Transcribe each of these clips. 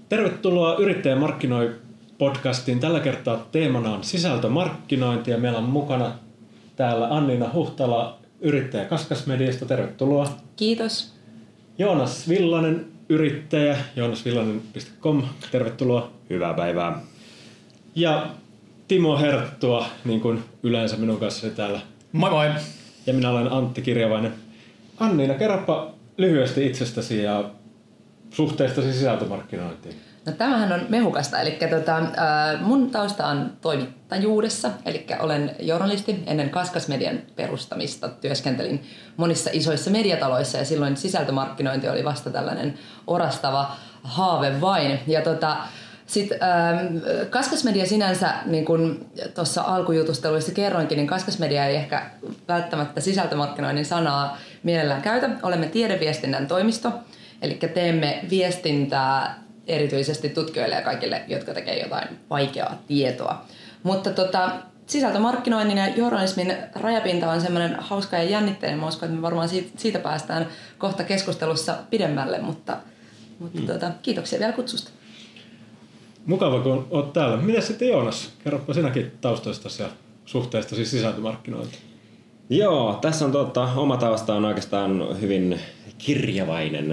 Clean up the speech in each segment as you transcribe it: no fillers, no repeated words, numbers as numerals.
Tervetuloa Yrittäjä markkinoi podcastiin. Tällä kertaa teemana on sisältömarkkinointi ja meillä on mukana täällä Anniina Huhtala Yrittäjä Kaskasmediasta. Tervetuloa. Kiitos. Joonas Villanen, yrittäjä, joonasvillanen.com. Tervetuloa. Hyvää päivää. Ja Timo Herttua, niin kuin yleensä minun kanssani täällä. Moi moi. Ja minä olen Antti Kirjavainen. Anniina, kerropa lyhyesti itsestäsi ja suhteestasi sisältömarkkinointiin. No tämähän on mehukasta, eli mun tausta on toimittajuudessa, eli olen journalisti. Ennen Kaskasmedian perustamista työskentelin monissa isoissa mediataloissa ja silloin sisältömarkkinointi oli vasta tällainen orastava haave vain. Ja sitten Kaskasmedia sinänsä, niin kuin tuossa alkujutusteluissa kerroinkin, niin Kaskasmedia ei ehkä välttämättä sisältömarkkinoinnin sanaa mielellään käytä. Olemme tiedeviestinnän toimisto, eli teemme viestintää erityisesti tutkijoille ja kaikille, jotka tekee jotain vaikeaa tietoa. Mutta sisältömarkkinoinnin ja journalismin rajapinta on semmoinen hauska ja jännitteinen. Mä uskon, että me varmaan siitä päästään kohta keskustelussa pidemmälle, mutta kiitoksia vielä kutsusta. Mukava, kun olet täällä. Mitäs sitten Joonas? Kerropa sinäkin taustoistasi ja suhteestasi sisältömarkkinointiin. Joo, tässä on oma tausta on oikeastaan hyvin kirjavainen.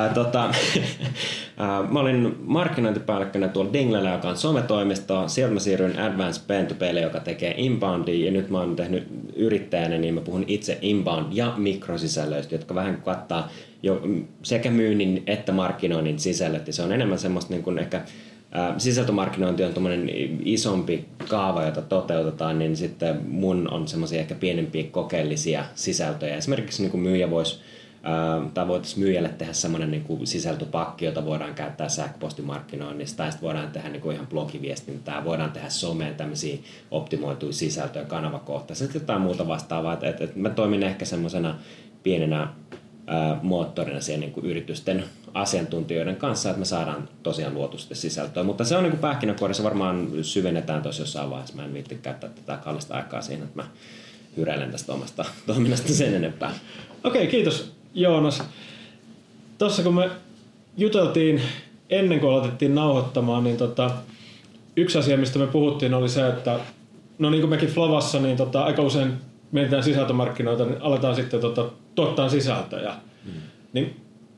Mä olin markkinointipäällikkönä tuolla Dinglellä, joka on sometoimisto. Sieltä mä siirryin Advanced Pen2Pelle, joka tekee inboundia. Ja nyt mä oon tehnyt yrittäjänä, niin mä puhun itse inbound- ja mikrosisällöistä, jotka vähän kattaa jo sekä myynnin että markkinoinnin sisällöt. Ja se on enemmän semmoista niin kuin ehkä sisältömarkkinointi on tommoinen isompi kaava, jota toteutetaan, niin sitten mun on semmoisia ehkä pienempiä kokeellisia sisältöjä. Esimerkiksi niin kuin myyjä voitaisiin myyjälle tehdä semmoinen niin kuin sisältöpakki, jota voidaan käyttää sähköpostimarkkinoinnissa, tai sitten voidaan tehdä niin kuin ihan blogiviestintää, voidaan tehdä someen tämmöisiä optimoituja sisältöjä kanavakohtaisesti, jotain muuta vastaavaa. Et mä toimin ehkä semmoisena pienenä moottorina siihen niin kuin yritysten asiantuntijoiden kanssa, että me saadaan tosiaan luotusti sisältöä. Mutta se on niin kuin pähkinänkuoressa, varmaan syvennetään tuossa jossain vaiheessa. Mä en viitti käyttää tätä kallista aikaa siihen, että mä hyräilen tästä omasta toiminnasta sen enempää. Okei, kiitos Joonas. Tuossa kun me juteltiin ennen kuin aloitettiin nauhoittamaan, niin yksi asia, mistä me puhuttiin, oli se, että no niin kuin mekin Flavassa, niin aika usein mietitään sisältömarkkinoita, niin aletaan sitten tuottaa sisältöjä. Niin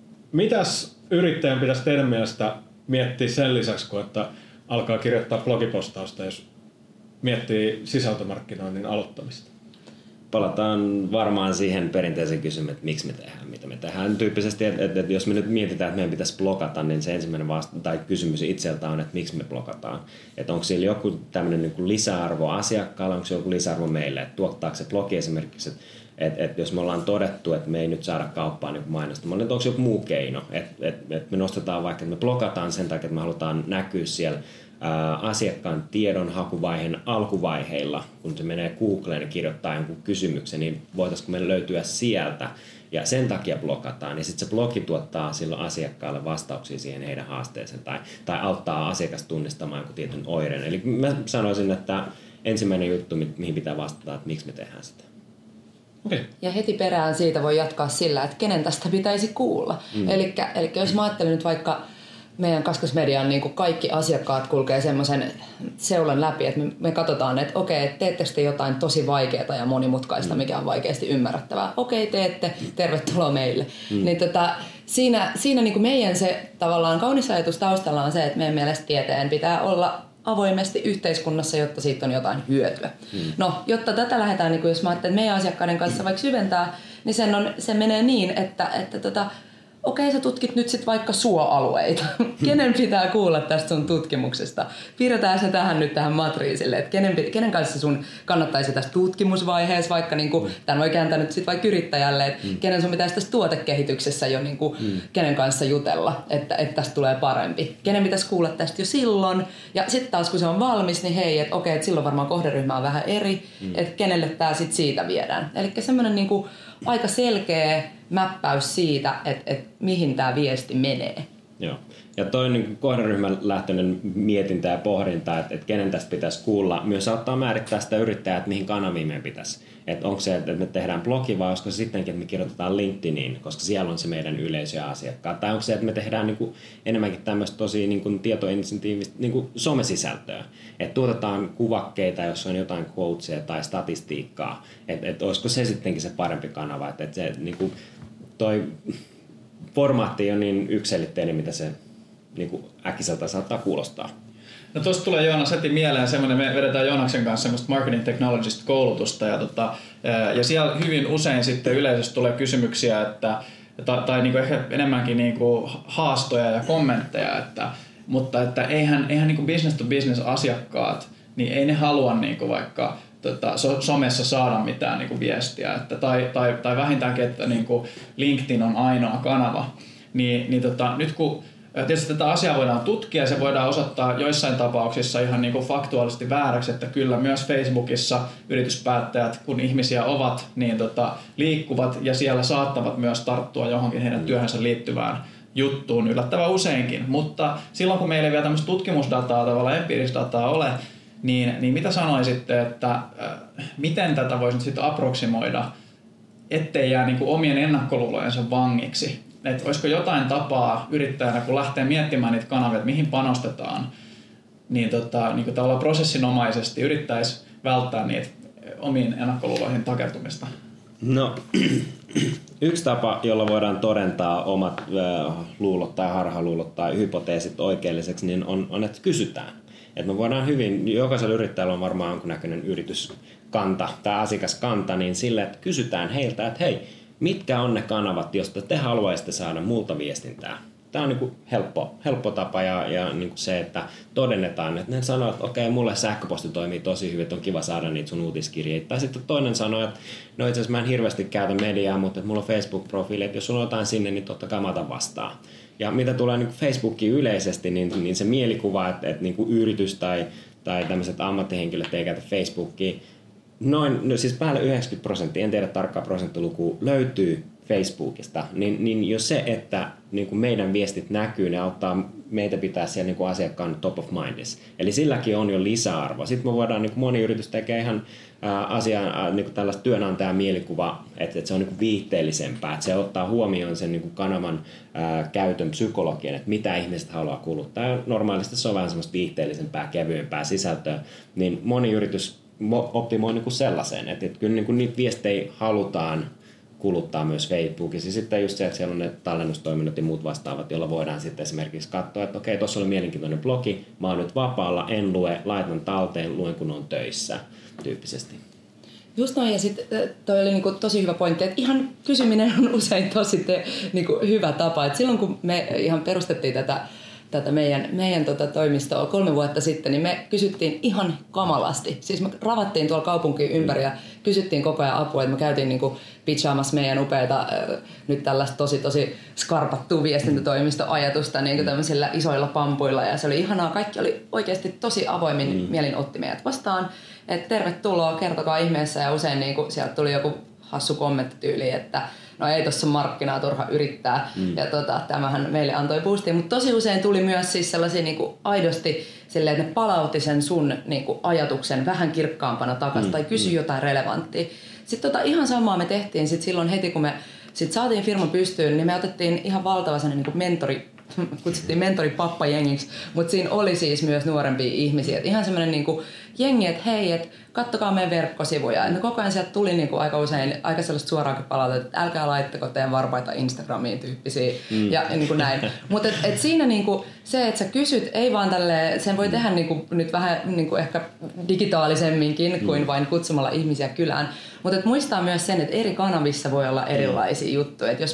mitäs yrittäjän pitäisi teidän mielestä miettiä sen lisäksi, kun että alkaa kirjoittaa blogipostausta, jos miettii sisältömarkkinoinnin aloittamista? Palataan varmaan siihen perinteiseen kysymykseen, että miksi me tehdään, mitä me tehdään. Tyyppisesti, että jos me nyt mietitään, että meidän pitäisi blogata, niin se ensimmäinen kysymys itseltä on, että miksi me blogataan. Että onko siellä joku tämmöinen niin kuin lisäarvo asiakkaalle, onko se joku lisäarvo meille, että tuottaako se blogi esimerkiksi, että jos me ollaan todettu, että me ei nyt saada kauppaa niin mainostamaan, niin onko se joku muu keino, että me nostetaan vaikka, että me blogataan sen takia, että me halutaan näkyä siellä asiakkaan tiedon hakuvaiheen alkuvaiheilla, kun se menee Googleen ja kirjoittaa jonkun kysymyksen, niin voitaisiinko meillä löytyä sieltä ja sen takia blogataan. Ja sitten se blogi tuottaa silloin asiakkaalle vastauksia siihen heidän haasteeseen tai auttaa asiakas tunnistamaan jonkun tietyn oireen. Eli mä sanoisin, että ensimmäinen juttu, mihin pitää vastata, että miksi me tehdään sitä. Okay. Ja heti perään siitä voi jatkaa sillä, että kenen tästä pitäisi kuulla. Eli jos mä ajattelen nyt vaikka meidän Kaskasmedian niin kuin kaikki asiakkaat kulkee semmoisen seulan läpi, että me katsotaan, että okei, teettekö te jotain tosi vaikeaa ja monimutkaista, mikä on vaikeasti ymmärrettävää. Okei, teette, tervetuloa meille. Niin siinä niin kuin meidän se tavallaan kaunis ajatus taustalla on se, että meidän mielestä tieteen pitää olla avoimesti yhteiskunnassa, jotta siitä on jotain hyötyä. No, jotta tätä lähdetään, niin kuin jos mä ajattelen meidän asiakkaiden kanssa vaikka syventää, niin se menee niin, että okei, sä tutkit nyt sit vaikka suoalueita. Kenen pitää kuulla tästä sun tutkimuksesta? Piirretään se tähän matriisille, että kenen kanssa sun kannattaisi tässä tutkimusvaiheessa, vaikka niinku, tämän voi kääntää nyt sit vaikka yrittäjälle, että kenen sun pitäisi tässä tuotekehityksessä jo niinku, kenen kanssa jutella, että tästä tulee parempi. Kenen pitäisi kuulla tästä jo silloin. Ja sitten taas kun se on valmis, niin hei, että okei, että silloin varmaan kohderyhmä on vähän eri, että kenelle tää sit siitä viedään. Eli semmoinen niinku aika selkeä mäppäys siitä, että mihin tämä viesti menee. Joo. Ja toi niin kohderyhmän lähtöinen mietintä ja pohdinta, että kenen tästä pitäisi kuulla, myös saattaa määrittää sitä yrittäjää, että mihin kanaviin meidän pitäisi. Että onko se, että me tehdään blogi vai olisiko se sittenkin, että me kirjoitetaan LinkedIniin, koska siellä on se meidän yleisö ja asiakkaat. Tai onko se, että me tehdään niin kuin enemmänkin tämmöistä tosi niin kuin tietointensiivistä niin kuin somesisältöä. Että tuotetaan kuvakkeita, jos on jotain quotesia tai statistiikkaa. Että olisiko se sittenkin se parempi kanava. Että se niin kuin toi formaatti on niin yksiselitteinen, mitä se niin kuin äkkiseltä saattaa kuulostaa. No tuosta tulee Joonas heti mieleen semmoinen, me vedetään Joonaksen kanssa semmoista marketing technologist koulutusta ja siellä hyvin usein sitten yleisesti tulee kysymyksiä, tai niin kuin ehkä enemmänkin niin kuin haastoja ja kommentteja, mutta että eihän niin kuin business to business asiakkaat, niin ei ne halua niin kuin vaikka somessa saada mitään niin kuin viestiä, tai vähintäänkin, että niin kuin LinkedIn on ainoa kanava, nyt kun tietysti tätä asiaa voidaan tutkia ja se voidaan osoittaa joissain tapauksissa ihan niin kuin faktuaalisesti vääräksi, että kyllä myös Facebookissa yrityspäättäjät, kun ihmisiä ovat, niin liikkuvat ja siellä saattavat myös tarttua johonkin heidän työhönsä liittyvään juttuun yllättävän useinkin. Mutta silloin kun meillä ei vielä tämmöistä tutkimusdataa, tavallaan empiiristä dataa ole, niin mitä sanoisitte, että miten tätä voisi nyt sitten approksimoida, ettei jää niin kuin omien ennakkoluulojensa vangiksi? Että olisiko jotain tapaa yrittäjänä, kun lähtee miettimään niitä kanavia, että mihin panostetaan, niin kuin tavallaan prosessinomaisesti yrittäisi välttää niitä omiin ennakkoluuloihin takertumista? No, yksi tapa, jolla voidaan todentaa omat luulot tai harhaluulot tai hypoteesit oikeelliseksi, niin on että kysytään. Että me voidaan hyvin, jokaisella yrittäjällä on varmaan jonkunnäköinen yrityskanta tai asiakaskanta, niin sille, että kysytään heiltä, että hei, mitkä on ne kanavat, joista te haluaisitte saada multa viestintää? Tämä on niin kuin helppo tapa ja niin kuin se, että todennetaan, että ne sanoo, että okei, mulle sähköposti toimii tosi hyvin, että on kiva saada niitä sun uutiskirjeitä. Tai sitten toinen sanoo, että no itse asiassa mä en hirveästi käytä mediaa, mutta että mulla on Facebook-profiili, että jos sulla on jotain sinne, niin totta kai mä otan vastaan. Ja mitä tulee niin kuin Facebookiin yleisesti, niin se mielikuva, että niin kuin yritys tai tämmöiset ammattihenkilöt ei käytä Facebookia, siis päälle 90%, en tiedä tarkkaa prosenttilukua, löytyy Facebookista, niin jos se, että niin kuin meidän viestit näkyy, ne auttaa meitä pitää siellä niin kuin asiakkaan top of mindissa. Eli silläkin on jo lisäarvo. Sitten me voidaan, niin kuin moni yritys tekee ihan niin kuin tällaista työnantajan mielikuva, että se on niin kuin viihteellisempää, että se ottaa huomioon sen niin kuin kanavan käytön psykologian, että mitä ihmiset haluaa kuluttaa. Ja normaalisti se on vähän semmoista viihteellisempää, kevyempää sisältöä, niin moni yritys optimoi niin kuin sellaiseen, että kyllä niin kuin niitä viestejä halutaan kuluttaa myös Facebookissa. Ja sitten just se, että siellä on ne tallennustoiminnot ja muut vastaavat, joilla voidaan sitten esimerkiksi katsoa, että okei, tuossa oli mielenkiintoinen blogi, mä oon nyt vapaalla, en lue, laitan talteen, luen kun on töissä tyyppisesti. Just noin, ja sitten toi oli niinku tosi hyvä pointti, että ihan kysyminen on usein tosi niinku hyvä tapa. Et silloin kun me ihan perustettiin tätä meidän toimistoa 3 vuotta sitten, niin me kysyttiin ihan kamalasti. Siis me ravattiin tuolla kaupunkiin ympäri ja kysyttiin koko ajan apua, että me käytiin niinku pitchaamassa meidän upeata nyt tällaista tosi skarpattua viestintätoimistoajatusta niinku tämmöisillä isoilla pampuilla, ja se oli ihanaa. Kaikki oli oikeasti tosi avoimin mielin otti meidät vastaan, että tervetuloa, kertokaa ihmeessä, ja usein niinku sieltä tuli joku hassu kommenttityyli, että no ei tuossa markkinaa turha yrittää, ja tämähän meille antoi boostia, mutta tosi usein tuli myös siis sellaisia niinku aidosti silleen, että ne palautti sen sun niinku ajatuksen vähän kirkkaampana takaisin tai kysyi jotain relevanttia. Sitten ihan samaa me tehtiin sit silloin heti, kun me sit saatiin firman pystyyn, niin me otettiin ihan valtava sellainen niinku kutsuttiin mentoripappajengiksi, mutta siinä oli siis myös nuorempia ihmisiä. Et ihan semmoinen niinku jengi, että hei, et kattokaa meidän verkkosivuja. Et koko ajan sieltä tuli niinku aika usein aika sellaista suoraankin palautetta, että älkää laittako teidän varpaita Instagramiin tyyppisiä ja niinku näin. Mutta et siinä niinku se, että sä kysyt, ei vaan tälleen, sen voi tehdä niinku nyt vähän niinku ehkä digitaalisemminkin kuin vain kutsumalla ihmisiä kylään. Mutta muistaa myös sen, että eri kanavissa voi olla erilaisia juttuja. Et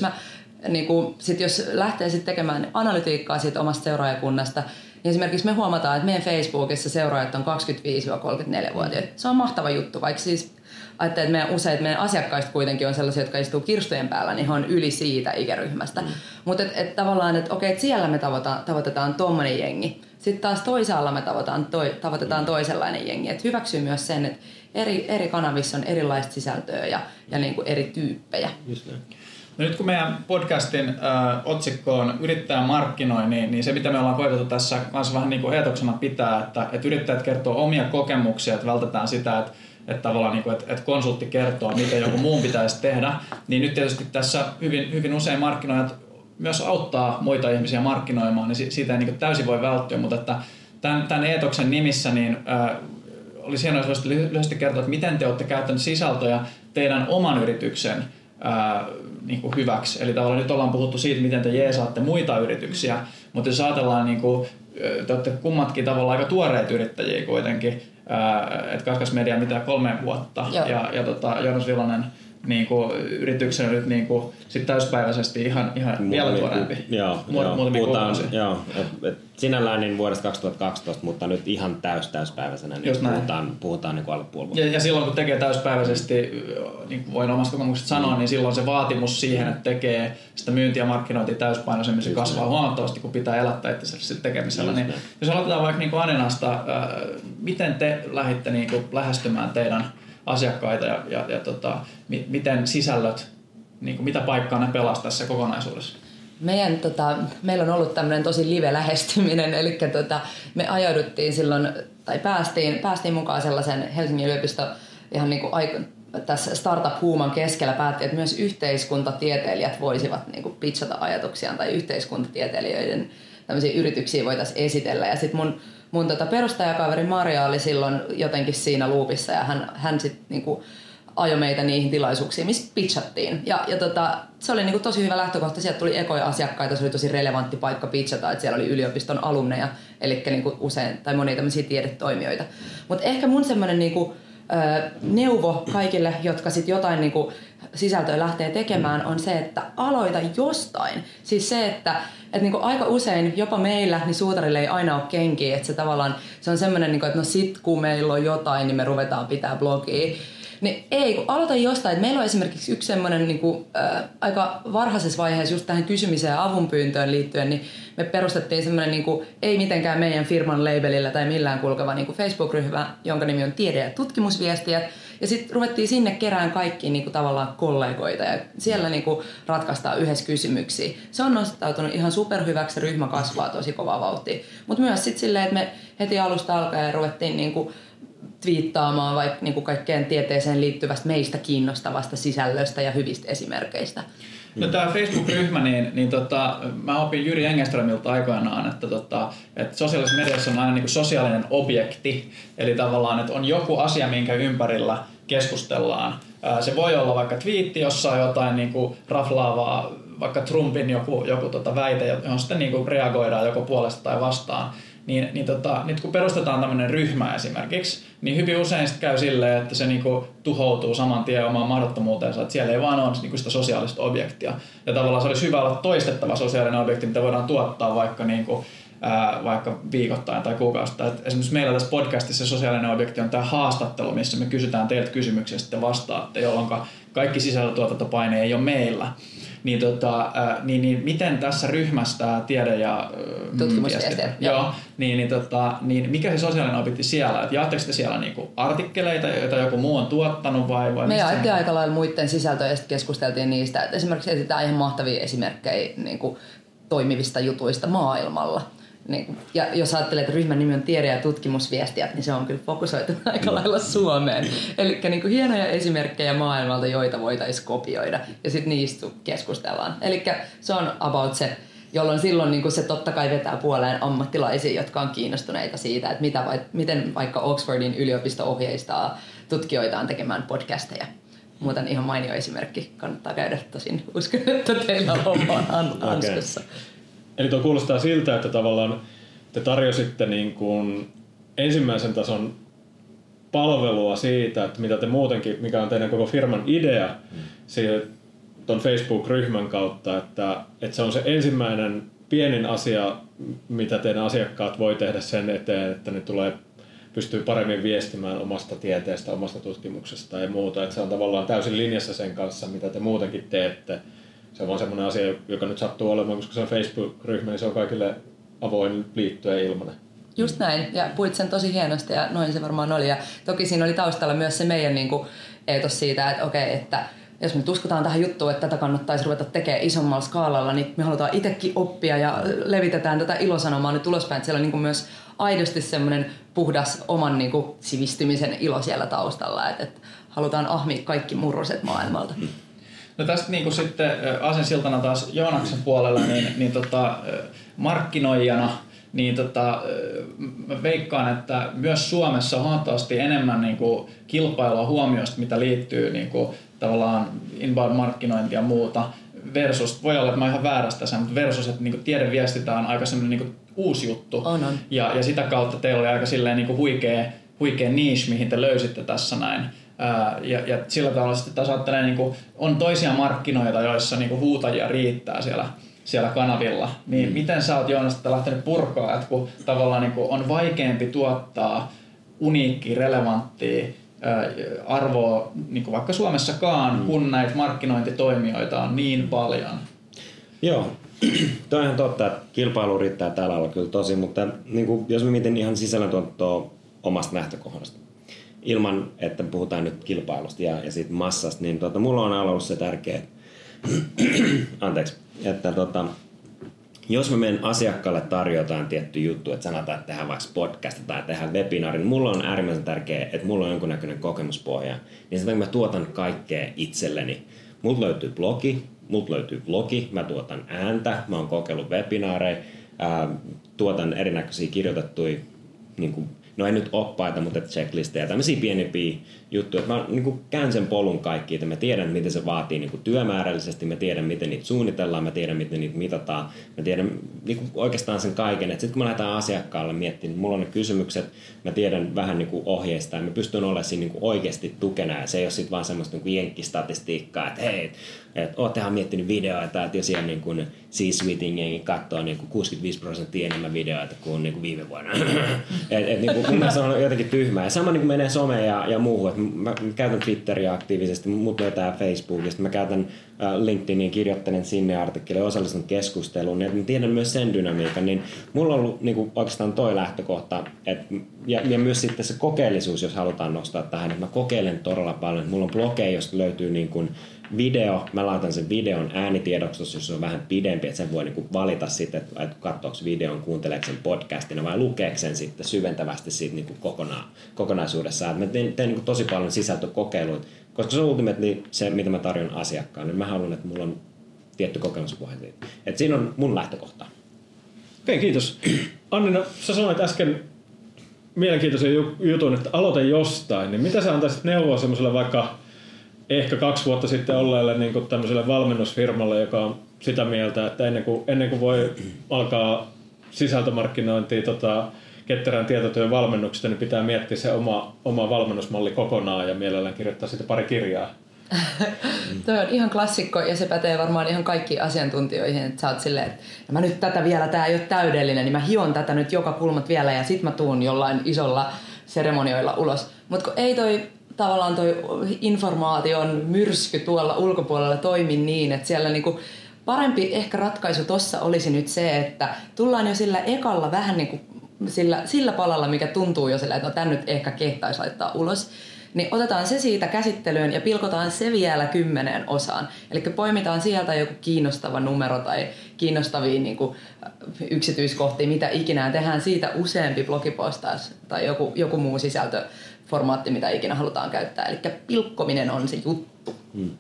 jos lähtee sit tekemään analytiikkaa siitä omasta seuraajakunnasta, niin esimerkiksi me huomataan, että meidän Facebookissa seuraajat on 25-34-vuotiaat. Se on mahtava juttu, vaikka siis ajattelee, että meidän asiakkaista kuitenkin on sellaisia, jotka istuu kirstujen päällä, niin he on yli siitä ikäryhmästä. Mutta tavallaan, että okei, että siellä me tavoitetaan tommonen jengi. Sitten taas toisaalla me tavoitetaan toisenlainen jengi. Et hyväksyy myös sen, että eri kanavissa on erilaista sisältöä ja niin kuin eri tyyppejä. Just näin. No nyt kun meidän podcastin otsikko on yrittäjä markkinoi, niin se mitä me ollaan koetettu tässä kanssa vähän niin kuin eetoksena pitää, että yrittäjät kertoo omia kokemuksia, että vältetään sitä, että tavallaan niin kuin, että konsultti kertoo, miten joku muun pitäisi tehdä, niin nyt tietysti tässä hyvin usein markkinoijat myös auttaa muita ihmisiä markkinoimaan, niin siitä ei niin kuin täysin voi välttyä, mutta että tämän eetoksen nimissä niin olisi hienoa, jos lyhyesti kertoa, että miten te olette käyttäneet sisältöjä teidän oman yrityksen niin kuin hyväksi. Eli tavallaan nyt ollaan puhuttu siitä, miten te jeesaatte muita yrityksiä, mutta jos ajatellaan, niin kuin, te olette kummatkin tavallaan aika tuoreita yrittäjiä kuitenkin, että Kaskas Media mitä 3 vuotta ja Joonas Vilonen niin kuin yrityksenä nyt niin kuin sit täyspäiväisesti ihan vielä tuoreempi. Joo, sinällään niin vuodesta 2012, mutta nyt ihan täyspäiväisenä niin puhutaan niin kuin alle puoli vuotta. Ja silloin kun tekee täyspäiväisesti, niin kuin voin omasta kokemuksesta sanoa, niin silloin se vaatimus siihen, että tekee sitä myyntiä ja markkinointia täyspainoisemmin, se kasvaa huomattavasti, kun pitää elättää itsensä tekemisellä. Niin, jos aloitetaan vaikka niin kuin Aninasta, miten te lähditte niin kuin lähestymään teidän asiakkaita ja miten sisällöt, niin kuin mitä paikkaa ne pelaa tässä kokonaisuudessa? Meillä on ollut tämmöinen tosi live-lähestyminen, eli me ajauduttiin silloin, tai päästiin mukaan sellaisen Helsingin yliopisto ihan niin kuin tässä startup-huuman keskellä päätti, että myös yhteiskuntatieteilijät voisivat niin kuin pitchata ajatuksiaan, tai yhteiskuntatieteilijöiden tämmöisiä yrityksiä voitaisiin esitellä, ja sitten mun perustajakaveri Maria oli silloin jotenkin siinä loopissa ja hän sitten niinku ajoi meitä niihin tilaisuuksiin, missä pitchattiin. Ja se oli niinku tosi hyvä lähtökohta. Sieltä tuli ekoja asiakkaita, se oli tosi relevantti paikka pitchata, että siellä oli yliopiston alumneja, eli niinku usein tai monia tämmöisiä tiedetoimijoita. Mutta ehkä mun semmoinen niinku, neuvo kaikille, jotka sitten jotain niinku sisältöä lähtee tekemään, on se, että aloita jostain. Siis se, että niinku aika usein jopa meillä niin suutarille ei aina ole kenkiä, että se tavallaan se on semmoinen, niinku, että no sit kun meillä on jotain, niin me ruvetaan pitää blogia. Niin ei, kun aloita jostain. Meillä on esimerkiksi yksi semmoinen niinku, aika varhaisessa vaiheessa just tähän kysymiseen ja avunpyyntöön liittyen, niin me perustettiin semmoinen niinku, ei mitenkään meidän firman labelillä tai millään kulkeva niinku Facebook-ryhmä, jonka nimi on Tiede- ja tutkimusviestijät. Ja sitten ruvettiin sinne kerään kaikkiin niinku, tavallaan kollegoita ja siellä niinku, ratkaistaan yhdessä kysymyksiä. Se on nostautunut ihan superhyväksi, ryhmä kasvaa tosi kovaa vauhtia. Mutta myös sitten silleen, että me heti alusta alkaen ruvettiin niinku, twiittaamaan vaikka niinku kaikkeen tieteeseen liittyvästä meistä kiinnostavasta sisällöstä ja hyvistä esimerkkeistä. No tämä Facebook-ryhmä, niin mä opin Jyri Engeströmiltä aikoinaan, että sosiaalisessa mediassa on aina niin kuin sosiaalinen objekti, eli tavallaan, että on joku asia, minkä ympärillä keskustellaan. Se voi olla vaikka twiitti, jossa on jotain niin kuin raflaavaa, vaikka Trumpin joku väite, johon sitten niin kuin reagoidaan joko puolesta tai vastaan. Nyt kun perustetaan tämmöinen ryhmä esimerkiksi, niin hyvin usein sitten käy silleen, että se niinku tuhoutuu saman tien omaan mahdottomuuteensa, että siellä ei vaan ole niinku sitä sosiaalista objektia. Ja tavallaan se olisi hyvä olla toistettava sosiaalinen objekti, mitä voidaan tuottaa vaikka viikoittain tai kuukausittain. Esimerkiksi meillä tässä podcastissa sosiaalinen objekti on tämä haastattelu, missä me kysytään teiltä kysymyksiä ja sitten vastaatte, jolloin kaikki sisältötuotantopaine ei ole meillä. Niin miten tässä ryhmässä tiede- ja tutkimusviestiä. Joo, niin mikä se sosiaalinen objekti siellä? Et jaatteko te siellä niinku artikkeleita, joita joku muu on tuottanut vai me jaettiin aika lailla muiden sisältöjä ja sitten keskusteltiin niistä. Et esimerkiksi esitetään ihan mahtavia esimerkkejä niinku, toimivista jutuista maailmalla. Ja jos ajattelee, että ryhmän nimi on Tiede- ja tutkimusviestijät, niin se on kyllä fokusoitu aika lailla Suomeen. Eli niin hienoja esimerkkejä maailmalta, joita voitaisiin kopioida ja sitten niistä keskustellaan. Eli se on about se, jolloin silloin niin se totta kai vetää puoleen ammattilaisia, jotka on kiinnostuneita siitä, että miten vaikka Oxfordin yliopisto ohjeistaa tutkijoitaan tekemään podcasteja. Muuten ihan mainio esimerkki, kannattaa käydä tosin. Uskon, että teillä on homma hanskassa. Okay. Eli tuo kuulostaa siltä, että tavallaan te tarjositte niin kuin ensimmäisen tason palvelua siitä, että mitä te muutenkin, mikä on teidän koko firman idea tuon Facebook-ryhmän kautta, että se on se ensimmäinen pienin asia, mitä teidän asiakkaat voi tehdä sen eteen, että ne pystyy paremmin viestimään omasta tieteestä, omasta tutkimuksesta ja muuta. Että se on tavallaan täysin linjassa sen kanssa, mitä te muutenkin teette. Se on vaan semmoinen asia, joka nyt sattuu olemaan, koska se on Facebook-ryhmä, niin se on kaikille avoin, liittyä ja ilmainen. Just näin, ja puhuit sen tosi hienosti ja noin se varmaan oli. Ja toki siinä oli taustalla myös se meidän niin kuin eetos siitä, että okei, että jos me uskotaan tähän juttuun, että tätä kannattaisi ruveta tekemään isommalla skaalalla, niin me halutaan itsekin oppia ja levitetään tätä ilosanomaa nyt ulospäin, että siellä on niin kuin myös aidosti semmoinen puhdas oman niin kuin sivistymisen ilo siellä taustalla, että halutaan ahmia kaikki murroset maailmalta. No tästä niin kuin sitten aasinsiltana taas Joonaksen puolella, niin markkinoijana, niin mä veikkaan, että myös Suomessa on huomattavasti enemmän niin kuin kilpailua huomioista, mitä liittyy niin kuin tavallaan inbound-markkinointi ja muuta, versus, voi olla, että mä oon ihan väärästä sen, mutta versus, että niin kuin tiedeviestintä on aika semmoinen niin kuin uusi juttu. On. Ja sitä kautta teillä oli aika silleen niin kuin huikea niche, mihin te löysitte tässä näin. Ja sillä tavalla sitten taas ajattelee, niin kuin, on toisia markkinoita, joissa niin kuin huutajia riittää siellä kanavilla. Niin miten sä oot, Joonas, lähtenyt purkaa, että kun tavallaan niin kuin on vaikeampi tuottaa uniikkiä, relevanttia arvoa niin kuin vaikka Suomessakaan, kun näitä markkinointitoimijoita on niin paljon? Joo, toi on ihan totta, että kilpailu riittää tällä alalla kyllä tosi, mutta niin kuin, jos mä mietin ihan sisällöntuottoa omasta lähtökohdasta, ilman että puhutaan nyt kilpailusta ja siitä massasta, niin mulla on ollut se tärkeä, anteeksi, että jos mä menen asiakkaalle tarjotaan tietty juttu, että sanotaan, että tehdään vaikka podcast tai tehdään webinaari, niin mulla on äärimmäisen tärkeää, että mulla on jonkunnäköinen kokemuspohja. Niin sitä mä tuotan kaikkea itselleni. Multa löytyy blogi, multa löytyy vlogi, mä tuotan ääntä, mä oon kokeillut webinaareja, tuotan erinäköisiä kirjoitettuja, niin kuin, no ei nyt oppaita, mutta checklistejä, tämmöisiä pienempiä juttuja. Mä niin käyn sen polun kaikki, että mä tiedän, miten se vaatii niin työmäärällisesti, mä tiedän, miten niitä suunnitellaan, mä tiedän, miten niitä mitataan, mä tiedän niin oikeastaan sen kaiken. Sitten kun mä lähdetään asiakkaalle miettimään, niin mulla on ne kysymykset, mä tiedän vähän niin ohjeista ja mä pystyn olemaan siinä niin oikeasti tukena. Ja se ei ole sitten vaan semmoista niin jenkkistatistiikkaa, että hei, että oottehan miettinyt videoita, että jos ihan niin kuin C-suiting jengi katsoo niin 65% enemmän videoita kuin viime vuonna. Mun mielestä on jotenkin tyhmää. Ja sama niin kuin menee someen ja muuhun. Mä käytän Twitteriä aktiivisesti, mut löytää Facebookista. Mä käytän LinkedInin, kirjoittelen sinne artikkeleja, osallistun keskusteluun. Ja mä tiedän myös sen dynamiikan. Niin mulla on ollut niin kuin oikeastaan toi lähtökohta. Ja myös sitten se kokeellisuus, jos halutaan nostaa tähän. Että mä kokeilen todella paljon. Mulla on blogeja, josta löytyy niin kuin video, mä laitan sen videon äänitiedoksessa, jos se on vähän pidempi, että sen voi niinku valita sitten, että katsoako videon, kuunteleeko sen podcastina vai lukeeko sen sitten syventävästi siitä niinku kokonaisuudessaan. Mä teen niinku tosi paljon sisältökokeiluita, koska se on ultimately se, mitä mä tarjon asiakkaalle. Mä haluan, että mulla on tietty kokemuspohja siitä. Että siinä on mun lähtökohta. Okei, kiitos. Annina, sä sanoit äsken mielenkiintoisen jutun, että aloita jostain. Niin mitä sä antaisit neuvoa semmoiselle vaikka ehkä 2 vuotta sitten olleelle niin kuin tämmöiselle valmennusfirmalle, joka on sitä mieltä, että ennen kuin voi alkaa sisältömarkkinointia ketterän tietotyön valmennuksesta, niin pitää miettiä se oma valmennusmalli kokonaan ja mielellään kirjoittaa siitä pari kirjaa. Toi on ihan klassikko ja se pätee varmaan ihan kaikkiin asiantuntijoihin, että sä oot silleen, että mä nyt tätä vielä, tää ei ole täydellinen, niin mä hion tätä nyt joka kulmat vielä ja sit mä tuun jollain isolla seremonioilla ulos. Mut kun ei tavallaan toi informaation myrsky tuolla ulkopuolella toimi niin, että siellä niinku parempi ehkä ratkaisu tossa olisi nyt se, että tullaan jo sillä ekalla vähän niinku sillä palalla, mikä tuntuu jo sillä, että no tän nyt ehkä kehtaisi laittaa ulos, niin otetaan se siitä käsittelyyn ja pilkotaan se vielä 10 osaan. Eli poimitaan sieltä joku kiinnostava numero tai kiinnostavia niinku yksityiskohtia, mitä ikinä, tehdään siitä useampi blogipostaus tai joku muu sisältöformaatti, mitä ikinä halutaan käyttää. Eli pilkkominen on se juttu.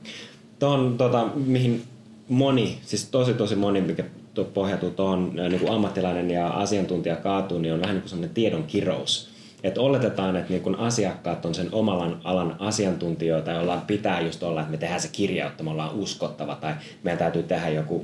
Tuohon, mihin moni, siis tosi moni, mikä pohjautuu tuohon niin ammattilainen ja asiantuntija kaatuu, niin on vähän niin kuin sellainen tiedon kirous. Että oletetaan, että niin kun asiakkaat on sen oman alan asiantuntijoita, joilla pitää just olla, että me tehdään se kirja, jotta me ollaan uskottava, tai meidän täytyy tehdä joku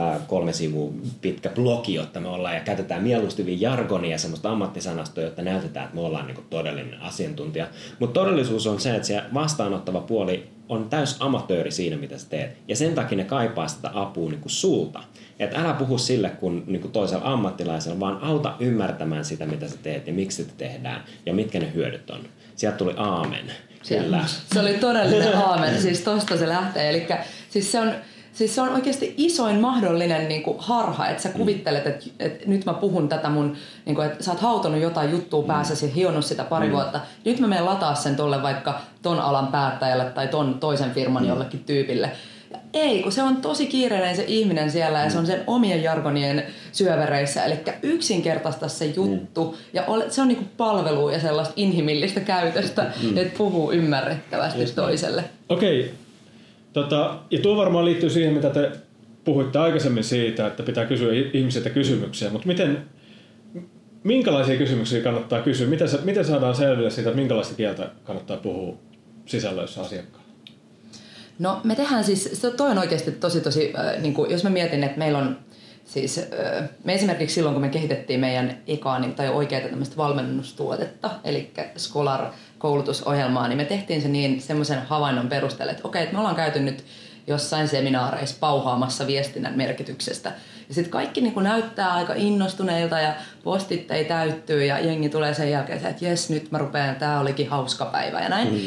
3 sivua pitkä blogi, jotta me ollaan, ja käytetään mieluusti jargonia ja semmoista ammattisanastoa, jotta näytetään, että me ollaan niin kun todellinen asiantuntija. Mutta todellisuus on se, että se vastaanottava puoli on täys amatööri siinä, mitä sä teet. Ja sen takia ne kaipaa sitä apua niin kuin sulta. Että älä puhu sille kuin, toisella ammattilaisella, vaan auta ymmärtämään sitä, mitä sä teet ja miksi sitä tehdään ja mitkä ne hyödyt on. Sieltä tuli aamen. Kyllä. Se oli todellinen aamen. Siis tosta se lähtee. Elikkä siis se on Siis se on oikeasti isoin mahdollinen niin kuin harha, että sä kuvittelet, että nyt mä puhun tätä mun, niin kuin, että sä oot hautonut jotain juttua päässäsi ja hionnut sitä pari vuotta. Nyt mä menen lataa sen tolle vaikka ton alan päättäjälle tai ton toisen firman jollekin tyypille. Ja ei, kun se on tosi kiireinen se ihminen siellä ja se on sen omien jargonien syövereissä. Eli yksinkertaista se juttu ja se on niin kuin palvelua ja sellaista inhimillistä käytöstä, että puhuu ymmärrettävästi toiselle. Okei. Ja tuo varmaan liittyy siihen, mitä te puhuitte aikaisemmin siitä, että pitää kysyä ihmisiltä kysymyksiä, mutta minkälaisia kysymyksiä kannattaa kysyä? Miten saadaan selville siitä, että minkälaista kieltä kannattaa puhua sisällöissä asiakkaan? No me tehdään siis, toi on oikeasti tosi niin kuin, jos mä mietin, että meillä on siis, me esimerkiksi silloin, kun me kehitettiin meidän tai oikeaa tämmöistä valmennustuotetta, eli Scholar-koulutusohjelmaa, niin me tehtiin se semmoisen havainnon perusteella, että okei, että me ollaan käyty nyt jossain seminaareissa pauhaamassa viestinnän merkityksestä. Ja sitten kaikki niin kuin näyttää aika innostuneilta ja postitteja täyttyy ja jengi tulee sen jälkeen, että jes, nyt mä rupean, tää olikin hauska päivä ja näin.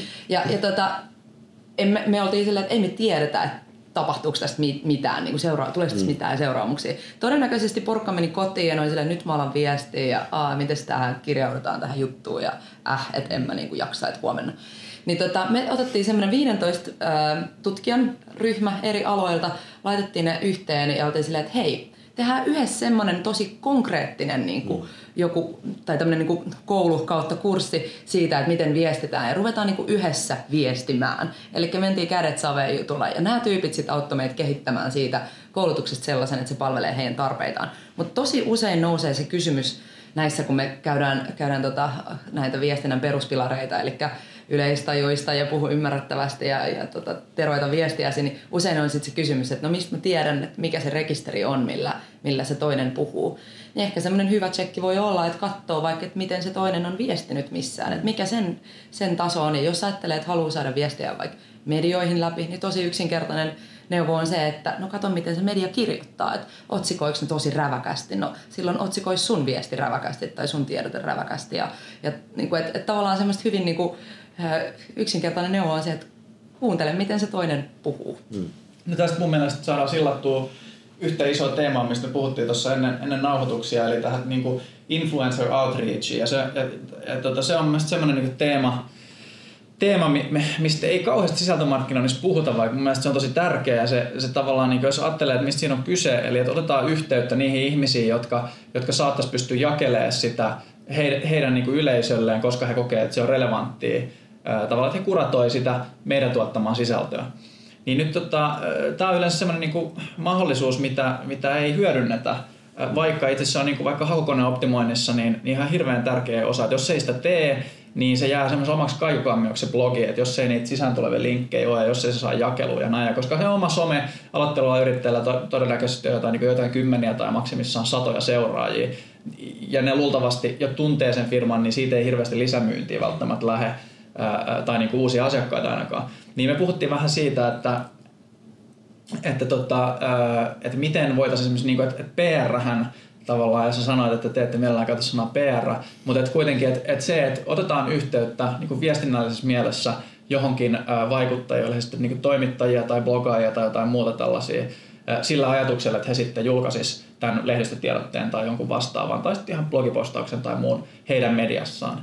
Me oltiin silleen, että ei me tiedetä, että tapahtuuko tästä mitään, niin tuleeko tästä mitään seuraamuksia. Todennäköisesti porukka meni kotiin ja oli silleen, nyt mä alan viestiä ja miten tähän kirjaudutaan tähän juttuun ja että en mä niin kuin jaksa, että huomenna. Niin me otettiin semmoinen 15 tutkijan ryhmä eri aloilta, laitettiin ne yhteen ja oltiin silleen, että hei, tehdään yhdessä semmoinen tosi konkreettinen niin kuin joku, tai tämmöinen niin kuin koulu kautta kurssi siitä, että miten viestitään ja ruvetaan niin kuin yhdessä viestimään. Eli mentiin kädet saveen jutulla ja nämä tyypit sitten auttoi meitä kehittämään siitä koulutuksesta sellaisen, että se palvelee heidän tarpeitaan. Mutta tosi usein nousee se kysymys näissä, kun me käydään näitä viestinnän peruspilareita, eli yleistajuista ja puhu ymmärrettävästi ja teroita viestiäsi, niin usein on sitten se kysymys, että no mistä mä tiedän, että mikä se rekisteri on, millä se toinen puhuu. Niin ehkä semmoinen hyvä tsekki voi olla, että katsoo vaikka, että miten se toinen on viestinyt missään, että mikä sen taso on. Ja jos ajattelee, että haluaa saada viestiä vaikka medioihin läpi, niin tosi yksinkertainen neuvo on se, että no kato miten se media kirjoittaa, että otsikoiko ne tosi räväkästi. No silloin otsikoisi sun viesti räväkästi tai sun tiedote räväkästi. Ja niin kuin, että tavallaan semmoista hyvin niin kuin, yksinkertainen neuvo on se, että kuuntele miten se toinen puhuu. No tästä mun mielestä saadaan sillattua yhtä isoa teemaa, mistä me puhuttiin tuossa ennen nauhoituksia, eli tähän niin kuin influencer outreachiin. Ja se on mielestäni semmoinen niin teema, mistä ei kauheasti sisältömarkkinoinnissa puhuta, vaikka mun mielestä se on tosi tärkeä. Ja se tavallaan, niin jos ajattelee, että mistä siinä on kyse, eli että otetaan yhteyttä niihin ihmisiin, jotka saattaisi pystyä jakelemaan sitä heidän niin kuin yleisölleen, koska he kokee, että se on relevanttia. Tavallaan, että he kuratoi sitä meidän tuottamaa sisältöä. Niin nyt tämä on yleensä sellainen niin mahdollisuus, mitä ei hyödynnetä, vaikka itse asiassa on niin vaikka hakukoneoptimoinnissa niin ihan hirveän tärkeä osa, että jos ei sitä tee, niin se jää semmoisen omaksi kaikukammioksi se blogi, että jos ei niitä sisään tulevia linkkejä ole ja jos ei se saa jakelua ja näin, koska se oma some aloittelulla yrittäjällä todennäköisesti on jotain kymmeniä tai maksimissaan satoja seuraajia ja ne luultavasti jo tuntee sen firman, niin siitä ei hirveästi lisämyyntiä välttämättä lähde tai niin kuin uusia asiakkaita ainakaan. Niin me puhuttiin vähän siitä, että miten voitaisiin esimerkiksi, niin kuin, että PR-hän tavallaan, ja sä sanoit, että te ette mielellään käytä sanaa PR, mutta että kuitenkin, että se, että otetaan yhteyttä niin kuin viestinnällisessä mielessä johonkin vaikuttajille, sitten niin kuin toimittajia tai blogaajia tai jotain muuta tällaisia, sillä ajatuksella, että he sitten julkaisisivat tämän lehdistötiedotteen tai jonkun vastaavan, tai sitten ihan blogipostauksen tai muun heidän mediassaan.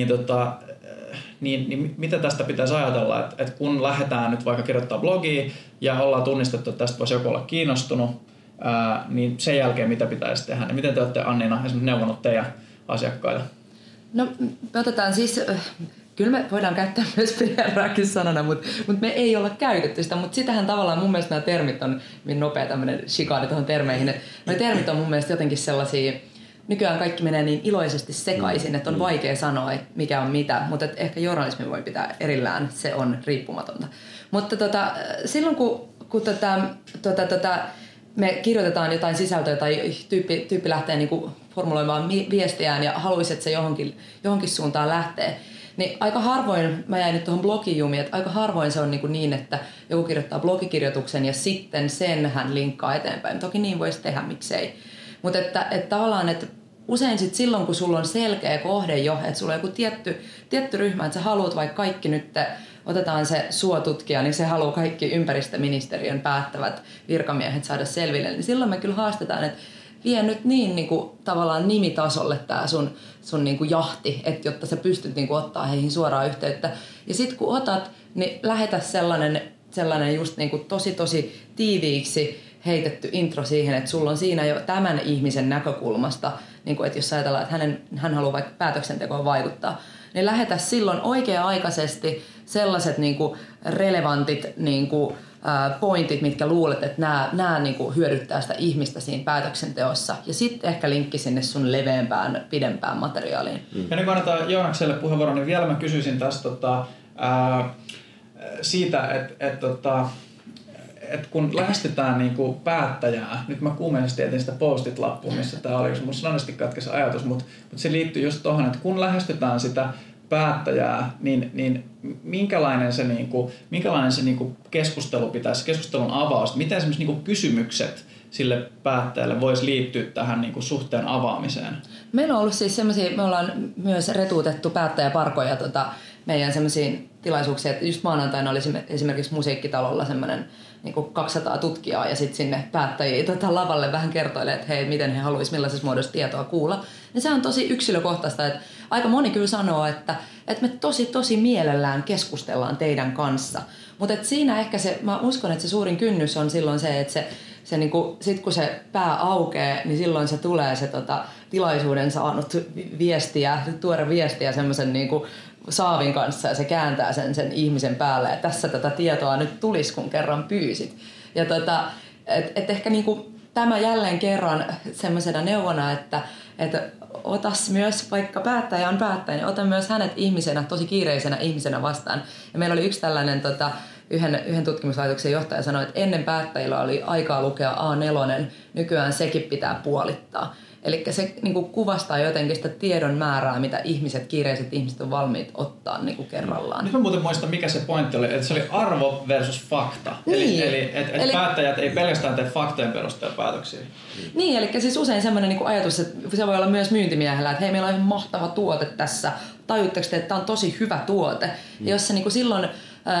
Niin mitä tästä pitäisi ajatella, että kun lähdetään nyt vaikka kirjoittaa blogia ja ollaan tunnistettu, että tästä voisi joku olla kiinnostunut, niin sen jälkeen mitä pitäisi tehdä? Niin miten te olette, Annina, esimerkiksi neuvonut teidän asiakkaille? No me otetaan siis, kyllä me voidaan käyttää myös PR-ääkin sanana, mutta me ei olla käytetty sitä, mutta sitähän tavallaan mun mielestä nämä termit on niin nopea tämmöinen shikaani tuohon termeihin. Nämä termit on mun mielestä jotenkin sellaisia, nykyään kaikki menee niin iloisesti sekaisin, että on vaikea sanoa, että mikä on mitä, mutta ehkä journalismi voi pitää erillään, se on riippumatonta. Mutta silloin kun me kirjoitetaan jotain sisältöä tai tyyppi lähtee niinku formuloimaan viestiään ja haluaisi, että se johonkin suuntaan lähtee, niin aika harvoin, mä jäin nyt tuohon blogijumiin, että aika harvoin se on niin, että joku kirjoittaa blogikirjoituksen ja sitten sen hän linkkaa eteenpäin. Toki niin voisi tehdä, miksei. Mutta että tavallaan, että usein sit silloin, kun sulla on selkeä kohde jo, että sulla on joku tietty ryhmä, että sä haluat vaikka kaikki nyt, otetaan se suotutkija, niin se haluaa kaikki ympäristöministeriön päättävät virkamiehet saada selville, niin silloin me kyllä haastetaan, että vie nyt niin kuin tavallaan nimitasolle tää sun niin kuin jahti, että jotta sä pystyt niin kuin ottaa heihin suoraan yhteyttä. Ja sit kun otat, niin lähetä sellainen just niin kuin tosi tiiviiksi heitetty intro siihen, että sulla on siinä jo tämän ihmisen näkökulmasta, niin kuin, että jos ajatellaan, että hän haluaa vaikka päätöksentekoon vaikuttaa, niin lähetä silloin oikea-aikaisesti sellaiset niin kuin relevantit niin kuin pointit, mitkä luulet, että nämä niin kuin hyödyttää sitä ihmistä siinä päätöksenteossa. Ja sitten ehkä linkki sinne sun leveämpään, pidempään materiaaliin. Ennen kuin annetaan Joonakselle puheenvuoron, niin vielä mä kysyisin tästä siitä, että kun lähestytään niinku päättäjää, nyt mä kuumeisesti etin sitä postit-lappua, missä tää oli, mun sanallisesti katkesi ajatus, mutta se liittyy just tohon, että kun lähestytään sitä päättäjää, niin minkälainen se keskustelu pitäisi, keskustelun avaus, miten esimerkiksi niinku kysymykset sille päättäjälle voisi liittyä tähän niinku suhteen avaamiseen? Meillä on ollut siis semmoisia, me ollaan myös retuutettu päättäjäparkoja meidän semmoisiin tilaisuuksia, että just maanantaina oli esimerkiksi Musiikkitalolla semmoinen niin 200 tutkijaa ja sitten sinne päättäjiä lavalle vähän kertoilee, että hei, miten he haluaisivat millaisessa muodossa tietoa kuulla. Ja se on tosi yksilökohtaista, että aika moni kyllä sanoo, että me tosi mielellään keskustellaan teidän kanssa. Mutta siinä ehkä mä uskon, että se suurin kynnys on silloin se, että se niinku, sit kun se pää aukeaa, niin silloin se tulee se tilaisuuden saanut tuore viestiä semmoisen niinku saavin kanssa ja se kääntää sen ihmisen päälle. Ja tässä tätä tietoa nyt tulisi, kun kerran pyysit. Ja et ehkä niinku tämä jälleen kerran semmoisena neuvona, että otas myös, vaikka päättäjä on päättäjä, niin ota myös hänet ihmisenä, tosi kiireisenä ihmisenä vastaan. Ja meillä oli yksi tällainen yhden tutkimuslaitoksen johtaja sanoi, että ennen päättäjillä oli aikaa lukea A4, nykyään sekin pitää puolittaa. Eli se niin kuin kuvastaa jotenkin sitä tiedon määrää, mitä kiireiset ihmiset on valmiit ottaa niin kuin kerrallaan. Nyt mä muuten muistan, mikä se pointti oli, että se oli arvo versus fakta. Niin. Eli päättäjät ei pelkästään tee faktojen perusteella päätöksiä. Niin, eli siis usein semmoinen niin kuin ajatus, että se voi olla myös myyntimiehellä, että hei, meillä on ihan mahtava tuote tässä. Tajuutteko te, että tämä on tosi hyvä tuote? Ja jos se niin kuin silloin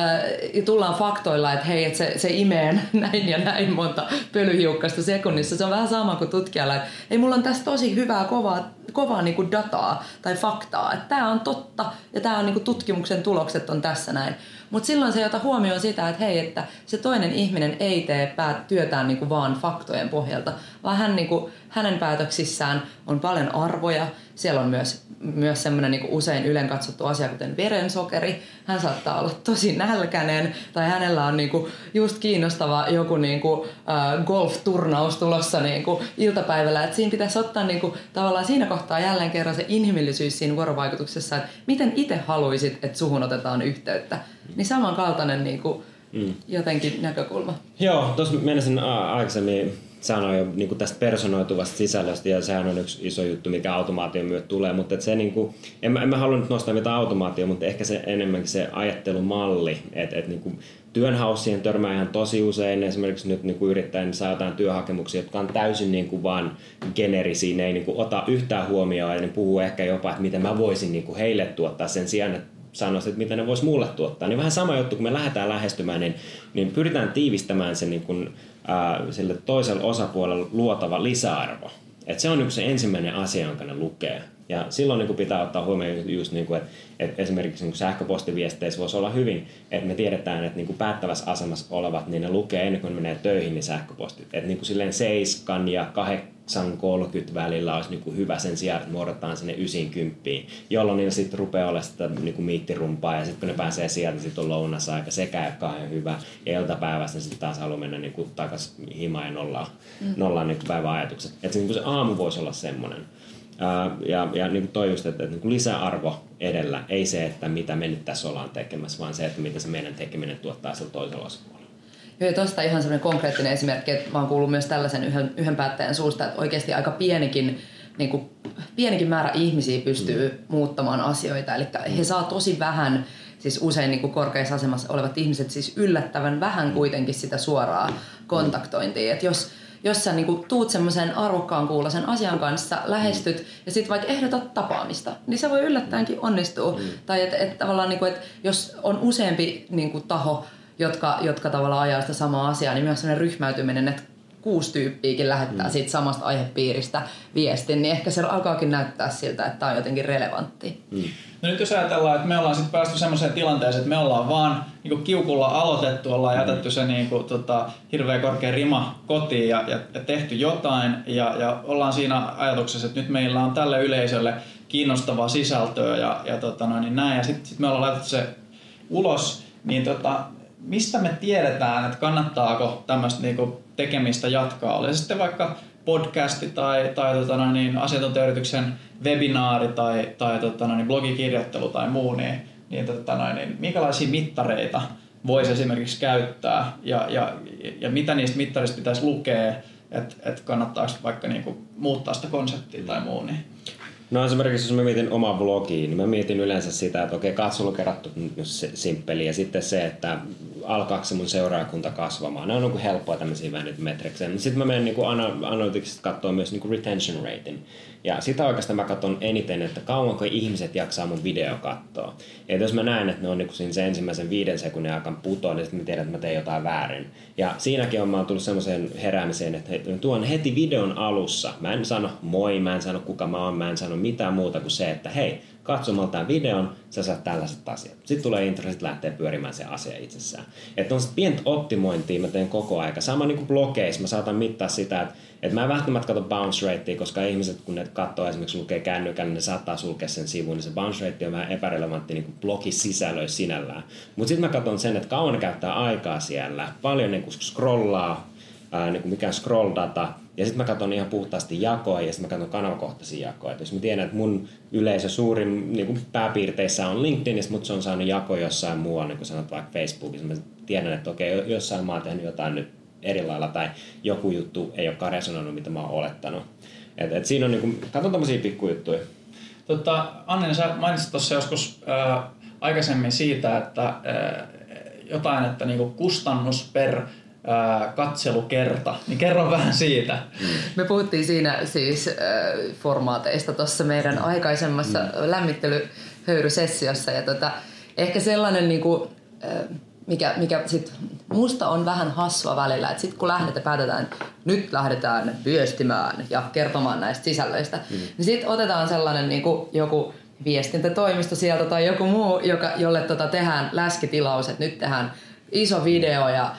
tullaan faktoilla, että hei, että se imee näin ja näin monta pölyhiukkasta sekunnissa. Se on vähän sama kuin tutkijalla, että ei, mulla on tässä tosi hyvää, kovaa niin kuin dataa tai faktaa, että tämä on totta ja tämä on niin kuin tutkimuksen tulokset on tässä näin. Mutta silloin se ei ota huomioon sitä, että hei, että se toinen ihminen ei tee työtään niin kuin vaan faktojen pohjalta, vaan hänen päätöksissään on paljon arvoja. Siellä on myös semmoinen niin kuin usein ylen katsottu asia, kuten verensokeri. Hän saattaa olla tosi nälkäinen tai hänellä on niin kuin just kiinnostava joku niin kuin golf-turnaus tulossa niin kuin iltapäivällä. Et siinä pitäisi ottaa niin kuin, tavallaan siinä kohtaa jälleen kerran se inhimillisyys siinä vuorovaikutuksessa, että miten itse haluaisit, että suhun otetaan yhteyttä. Niin samankaltainen niin kuin jotenkin näkökulma. Joo, tuossa menisin aikaisemmin sanoin jo niin kuin tästä personoituvasta sisällöstä, ja sehän on yksi iso juttu, mikä automaation myötä tulee, mutta et se, niin kuin, en mä halua nyt nostaa mitään automaatioa, mutta ehkä se enemmänkin se ajattelumalli, että niin kuin työnhaussa siihen törmää ihan tosi usein, esimerkiksi nyt niin kuin yrittäen saa jotain työhakemuksia, jotka on täysin niin kuin vaan generisiä, ne ei niin kuin ota yhtään huomioon, ja ne puhuu ehkä jopa, että miten mä voisin niin kuin heille tuottaa sen sijaan, että sanoisin, että mitä ne vois mulle tuottaa. Niin vähän sama juttu, kun me lähdetään lähestymään, niin pyritään tiivistämään sen niin kuin, sille toiselle osapuolelle luotava lisäarvo. Et se on yksi se ensimmäinen asia, jonka ne lukee. Ja silloin niin kuin pitää ottaa huomioon just niin kuin, että esimerkiksi niin kuin sähköpostiviesteissä voisi olla hyvin, että me tiedetään, että niin kuin päättävässä asemassa olevat, niin ne lukee ennen kuin ne menee töihin niin sähköpostit. Että niin kuin silleen 7 ja 8:30 välillä olisi niin kuin hyvä sen sijaan, että me odotetaan sinne 9:10, jolloin niillä sitten rupeaa olemaan sitä niin kuin miittirumpaa, ja sitten kun ne pääsee sieltä, sitten on lounasaika, sekä ei ole kauhean hyvä, ja iltapäivästä sitten taas haluaa mennä niin kuin takaisin himaan ja nollaan niin kuin päivän ajatukset. Että niin kuin se aamu voisi olla semmoinen. Ja niin kuin toi just, että niin kuin lisäarvo edellä, ei se, että mitä me nyt tässä ollaan tekemässä, vaan se, että mitä se meidän tekeminen tuottaa sillä toisella osapuolella. Joo, ja tuosta ihan sellainen konkreettinen esimerkki, että mä oon kuullut myös tällaisen yhden päättäjän suusta, että oikeasti aika pienikin määrä ihmisiä pystyy muuttamaan asioita, eli he saa tosi vähän, siis usein niin kuin korkeassa asemassa olevat ihmiset, siis yllättävän vähän kuitenkin sitä suoraa kontaktointia, että jos sä niinku tuut semmoisen arvokkaan kuuloisen asian kanssa, lähestyt ja sitten vaikka ehdotat tapaamista, niin se voi yllättäenkin onnistua. Tai että tavallaan, niinku, että jos on useampi niinku taho, jotka tavallaan ajaa sitä samaa asiaa, niin myös sellainen ryhmäytyminen, että 6 tyyppiäkin lähettää siitä samasta aihepiiristä viestin, niin ehkä se alkaakin näyttää siltä, että tämä on jotenkin relevantti. No nyt jos ajatellaan, että me ollaan sitten päästy semmoiseen tilanteeseen, että me ollaan vaan niin kiukulla aloitettu, ollaan jätetty se niin kuin, hirveän korkea rima kotiin ja tehty jotain ja ollaan siinä ajatuksessa, että nyt meillä on tälle yleisölle kiinnostavaa sisältöä ja niin näin ja sitten me ollaan laitettu se ulos, niin mistä me tiedetään, että kannattaako tämmöistä niinku tekemistä jatkaa? Oli se sitten vaikka podcasti tai asiantuntijayrityksen webinaari tai blogikirjoittelu tai muu, niin minkälaisia mittareita voisi esimerkiksi käyttää ja mitä niistä mittarista pitäisi lukea, että kannattaako vaikka niinku muuttaa sitä konseptia tai muu? Niin. No esimerkiksi jos mä mietin omaa blogiin, niin mä mietin yleensä sitä, että okei, katselukerrattu simppeli ja sitten se, että alkaako se mun seuraajakunta kasvamaan. Nämä on niin helppoa tämmöisiä vähän nyt metriksejä. Sitten mä menen niin analyticsista katsoa myös niin retention rating. Ja sitä oikeastaan mä katson eniten, että kauanko ihmiset jaksaa mun video katsoa. Ja jos mä näen, että ne on niin siinä se ensimmäisen 5 sekunnin aikaan putoa, niin sitten mä tiedän, että mä teen jotain väärin. Ja siinäkin mä oon tullut semmoiseen heräämiseen, että tuon heti videon alussa. Mä en sano moi, mä en sano kuka mä oon, mä en sano mitään muuta kuin se, että hei, katsomalla tämän videon, sä saat tällaiset asiat. Sitten tulee intro, sitten lähtee pyörimään se asia itsessään. Että on pientä optimointia mä teen koko aika. Sama niin kuin blogeissa, mä saatan mittaa sitä, että mä en välttämättä katso bounce ratea, koska ihmiset kun ne katsoo esimerkiksi lukee kännykällä, niin ne saattaa sulkea sen sivun, niin se bounce rate on vähän epärelevantti niin kuin blogisisällöissä sinällään. Mutta sitten mä katson sen, että kauan ne käyttää aikaa siellä, paljon niin kuin scrollaa, niin kuin mikään scroll-data, ja sitten mä katson ihan puhtaasti jakoja, ja sitten mä katson kanavakohtaisia jakoja. Et jos mä tiedän, että mun yleisö suurin niin kuin pääpiirteissä on LinkedInissä, mutta se on saanut jakoja jossain muualla, niin kuin sanot vaikka Facebookissa, mä tiedän, että okei, jossain mä oon tehnyt jotain nyt eri lailla, tai joku juttu ei olekaan resonoinut, mitä mä oon olettanut. Et siinä on, niin kuin, katson tommosia pikkujuttuja. Anne, sä mainitsit tuossa joskus aikaisemmin siitä, että jotain, että niin kuin kustannus per katselukerta, niin kerro vähän siitä. Me puhuttiin siinä siis formaateista tuossa meidän aikaisemmassa lämmittelyhöyrysessiossa ja ehkä sellainen niinku, mikä sit musta on vähän hassua välillä, että sit kun päätetään, että nyt lähdetään viestimään ja kertomaan näistä sisällöistä, niin sit otetaan sellainen niinku joku viestintätoimisto sieltä tai joku muu, jolle tehdään läskitilaus, että nyt tehdään iso video ja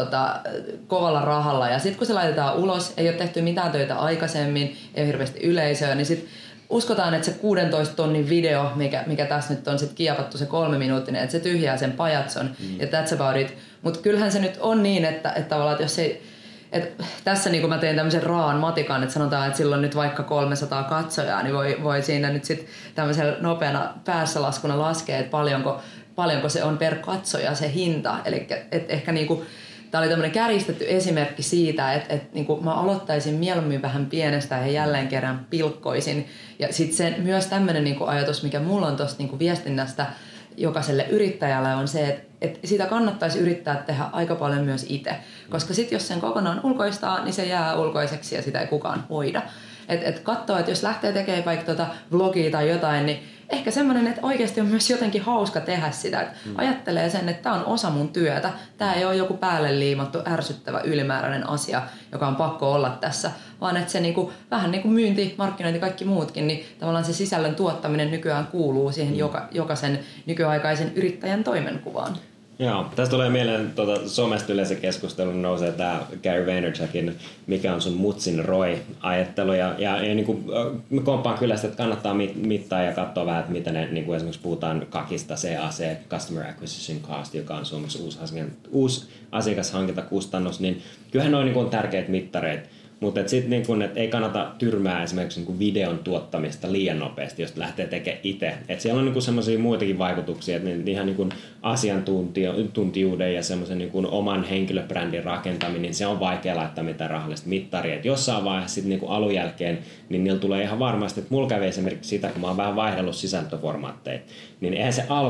kovalla rahalla. Ja sitten kun se laitetaan ulos, ei ole tehty mitään töitä aikaisemmin, ei ole hirveästi yleisöä, niin sitten uskotaan, että se 16 tonnin video, mikä tässä nyt on sitten kiepattu se 3-minuuttinen, että se tyhjää sen pajatson ja that's about it. Mutta kyllähän se nyt on niin, että tavallaan, että jos ei... tässä niin kun mä teen tämmöisen raan matikan, että sanotaan, että silloin nyt vaikka 300 katsojaa, niin voi siinä nyt sitten tämmöisellä nopeana päässälaskuna laskea, että paljonko se on per katsoja se hinta. Eli ehkä niinku, tää oli tämmöinen kärjistetty esimerkki siitä, että niinku, mä aloittaisin mieluummin vähän pienestä ja jälleen kerran pilkkoisin. Ja sitten myös tämmöinen niinku ajatus, mikä mulla on tuosta niinku viestinnästä jokaiselle yrittäjälle on se, että sitä kannattaisi yrittää tehdä aika paljon myös itse. Koska sitten jos sen kokonaan ulkoistaa, niin se jää ulkoiseksi ja sitä ei kukaan hoida. Et katsoo, että jos lähtee tekemään vaikka vlogia tai jotain, niin ehkä semmoinen, että oikeasti on myös jotenkin hauska tehdä sitä. Että ajattelee sen, että tämä on osa mun työtä. Tämä ei ole joku päälle liimattu ärsyttävä ylimääräinen asia, joka on pakko olla tässä. Vaan että se niinku, vähän niin kuin myynti, markkinointi, kaikki muutkin, niin tavallaan se sisällön tuottaminen nykyään kuuluu siihen jokaisen nykyaikaisen yrittäjän toimenkuvaan. Joo, tästä tulee mieleen somesta yleensä keskustelun nousee tämä Gary Vaynerchukin, mikä on sun mutsin ROI-ajattelu. Ja niin kuin, mä komppaan kyllä sitä, että kannattaa mittaa ja katsoa vähän, että mitä ne, niin kuin esimerkiksi puhutaan CACista, CAC, Customer Acquisition Cost, joka on suomeksi uusi asiakashankintakustannus, niin kyllähän noin niin kuin on tärkeitä mittareita. Mutta sitten niin ei kannata tyrmää esimerkiksi niin videon tuottamista liian nopeasti, jos lähtee tekemään itse. Siellä on niin semmoisia muitakin vaikutuksia, että ihan niin asiantuntijuuden ja semmoisen niin oman henkilöbrändin rakentaminen, niin se on vaikea laittaa mitään rahallista mittaria. Et jossain vaiheessa sitten niin alun jälkeen, niin niillä tulee ihan varmasti, että mulla kävi esimerkiksi sitä, kun mä oon vähän vaihdellut sisältöformaatteja, niin eihän se alku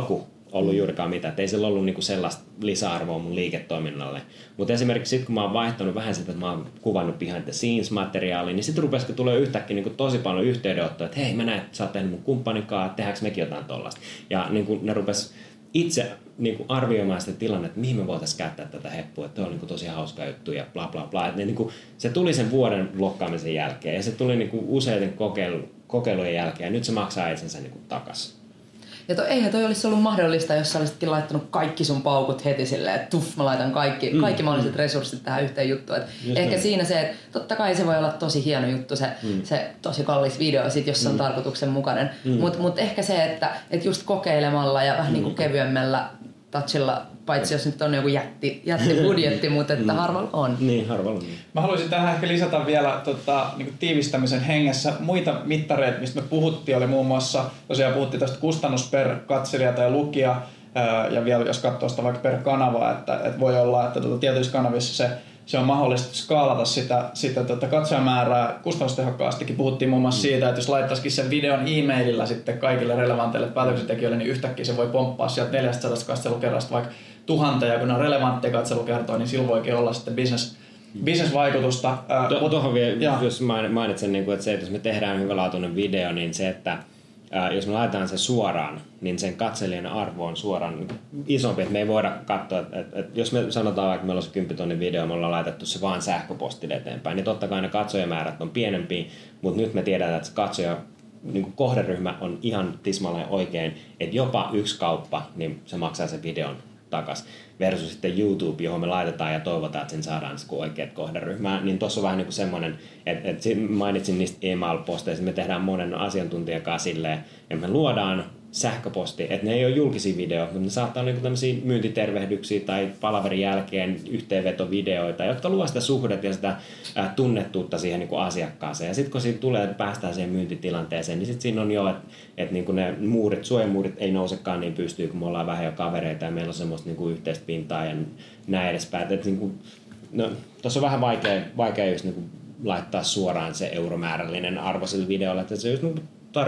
ollut juurikaan mitään. Et ei sillä ollut niinku sellaista lisäarvoa mun liiketoiminnalle. Mutta esimerkiksi sit, kun mä oon vaihtanut vähän sitä, että mä oon kuvannut behind the scenes -materiaalia, niin sitten rupesikin tulee yhtäkkiä niinku tosi paljon yhteydenottoja, että hei, mä näen, että sä oot tehnyt mun kumppanikaan, tehdäänkö mekin jotain tollaista. Ja niinku ne rupes itse niinku arvioimaan sitä tilannetta, että mihin me voitaisiin käyttää tätä heppua, että on niinku tosi hauska juttu ja bla bla bla. Et ne niinku, se tuli sen vuoden blokkaamisen jälkeen ja se tuli niinku useiden kokeilujen jälkeen ja nyt se maksaa itsensä niinku takaisin. Ja eihän toi olisi ollut mahdollista, jos sä olisitkin laittanut kaikki sun paukut heti silleen, että tuff, mä laitan kaikki mahdolliset resurssit tähän yhteen juttuun. Ehkä näin. Siinä se, että totta kai se voi olla tosi hieno juttu, se tosi kallis video, sit, jos se on tarkoituksenmukainen. Mutta ehkä se, että just kokeilemalla ja vähän niin kuin kevyemmällä touchilla, paitsi jos nyt on joku jättibudjetti, mutta että harvalla on. Niin, harvalla on. Mä haluaisin tähän ehkä lisätä vielä niin tiivistämisen hengessä muita mittareita, mistä me puhuttiin, oli muun muassa, tosiaan puhuttiin tästä kustannus per katselija tai lukija, ja vielä jos katsoo sitä vaikka per kanava, että voi olla, että tietyissä kanavissa se on mahdollista skaalata sitä katsojamäärää kustannustehokkaastikin. Puhuttiin muun muassa siitä, että jos laittaisikin sen videon e-maililla sitten kaikille relevanteille päätöksentekijöille, niin yhtäkkiä se voi pomppaa sieltä 400 katselukerrasta vaikka 1000, ja kun ne on relevantteja katselukertoja, niin sillä voikin olla sitten business-vaikutusta. Tuohon vielä, jos mainitsen, että se, että jos me tehdään hyvälaatuinen video, niin se, että jos me laitetaan se suoraan, niin sen katselijan arvo on suoraan isompi, että me ei voida katsoa, että jos me sanotaan vaikka meillä on se 10 000 video, me ollaan laitettu se vaan sähköpostille eteenpäin, niin totta kai ne katsojamäärät on pienempiä, mutta nyt me tiedetään, että se katsoja niin kohderyhmä on ihan tismalleen oikein, että jopa yksi kauppa, niin se maksaa sen videon takaisin. Versus sitten YouTube, johon me laitetaan ja toivotaan, että sen saadaan oikeat kohderyhmää. Niin tuossa on vähän niin kuin semmoinen, että mainitsin niistä email-posteista, me tehdään monen asiantuntijan kanssa silleen, että me luodaan sähköposti, että ne ei ole julkisia videoita, mutta ne saattaa olla niin tämmöisiä myyntitervehdyksiä tai palaverin jälkeen yhteenvetovideoita, jotka luovat sitä suhdetta ja sitä tunnettuutta siihen niin kuin asiakkaaseen. Ja sitten kun siitä tulee, että päästään siihen myyntitilanteeseen, niin sitten siinä on jo, että niin kuin ne suojamuurit ei nousekaan niin pystyy, kun me ollaan vähän jo kavereita ja meillä on semmoista niin kuin yhteistä pintaa ja näin edespäin. Että niin kuin, tuossa on vähän vaikea just niin kuin laittaa suoraan se euromäärällinen arvo sille videolle, että se on just niin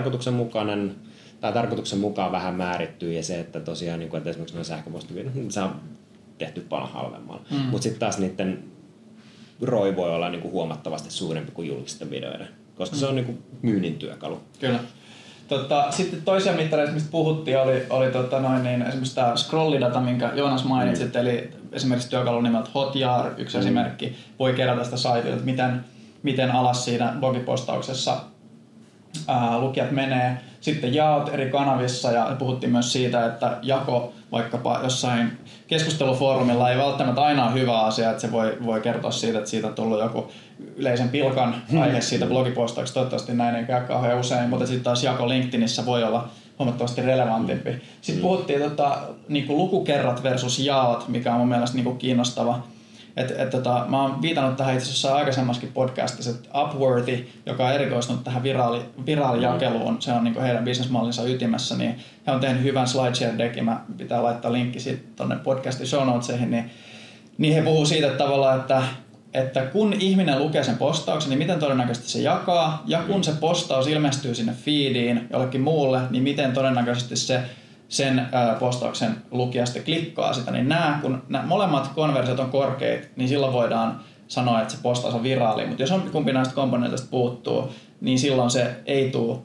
tarkoituksen mukaan vähän määrittyy ja se, että tosiaan niin kuin, että esimerkiksi noin sähköpostivideot, se on tehty paljon halvemmalla. Mutta sitten taas niiden ROI voi olla niin kuin huomattavasti suurempi kuin julkisten videoiden, koska se on niin kuin myynnin työkalu. Kyllä. Sitten toisia mittareita, mistä puhuttiin, oli esimerkiksi tämä scrollidata, minkä Joonas mainitsit, eli esimerkiksi työkalun nimeltä Hotjar, yksi esimerkki, voi kerätä sitä saitilta, että miten alas siinä blogipostauksessa lukijat menee. Sitten jaot eri kanavissa ja puhuttiin myös siitä, että jako vaikkapa jossain keskustelufoorumilla ei välttämättä aina ole hyvä asia, että se voi kertoa siitä, että siitä on tullut joku yleisen pilkan aihe siitä blogipostauksesta. Toivottavasti näin ei käy kauhean usein, mutta sitten taas jako LinkedInissä voi olla huomattavasti relevantimpi. Sitten puhuttiin niinku lukukerrat versus jaot, mikä on mun mielestä niinku kiinnostava. Mä oon viitannut tähän itse asiassa aikaisemmassakin podcastissa, että Upworthy, joka on erikoistunut tähän viraalijakeluun, se on niin kuin heidän bisnesmallinsa ytimessä, niin he on tehnyt hyvän SlideShare-deckin, mä pitää laittaa linkki siitä tonne podcastin show notesihin, niin he puhuu siitä tavallaan, että kun ihminen lukee sen postauksen, niin miten todennäköisesti se jakaa, ja kun se postaus ilmestyy sinne feediin jollekin muulle, niin miten todennäköisesti sen postauksen lukija sitten klikkaa sitä, niin kun nämä molemmat konversiot on korkeat, niin silloin voidaan sanoa, että se postaus on viraali. Mutta jos on kumpi näistä komponenteista puuttuu, niin silloin se ei tule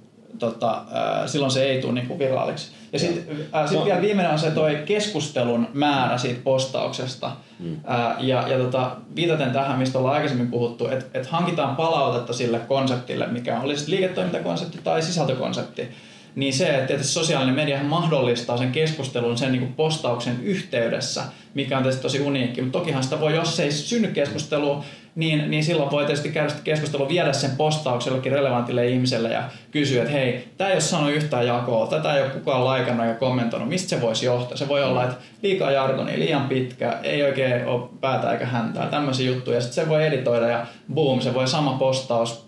niin viraaliksi. Ja sitten vielä viimeinen on se toi keskustelun määrä siitä postauksesta. Viitaten tähän, mistä ollaan aikaisemmin puhuttu, että hankitaan palautetta sille konseptille, mikä oli sitten liiketoimintakonsepti tai sisältökonsepti. Niin se, että tietysti sosiaalinen media mahdollistaa sen keskustelun sen niin kuin postauksen yhteydessä, mikä on tietysti tosi uniikki. Mutta tokihan sitä voi, jos ei synny keskustelua, niin silloin voi tietysti käydä keskustelua, viedä sen postauksen jollekin relevantille ihmiselle ja kysyä, että hei, tämä ei ole sanonut yhtään jakoa, tätä ei ole kukaan laikannut ja kommentoinut, mistä se voisi johtaa. Se voi olla, että liikaa jargonia, liian pitkä, ei oikein ole päätä eikä häntää, tämmöisiä juttuja. Ja sitten se voi editoida ja boom, se voi sama postaus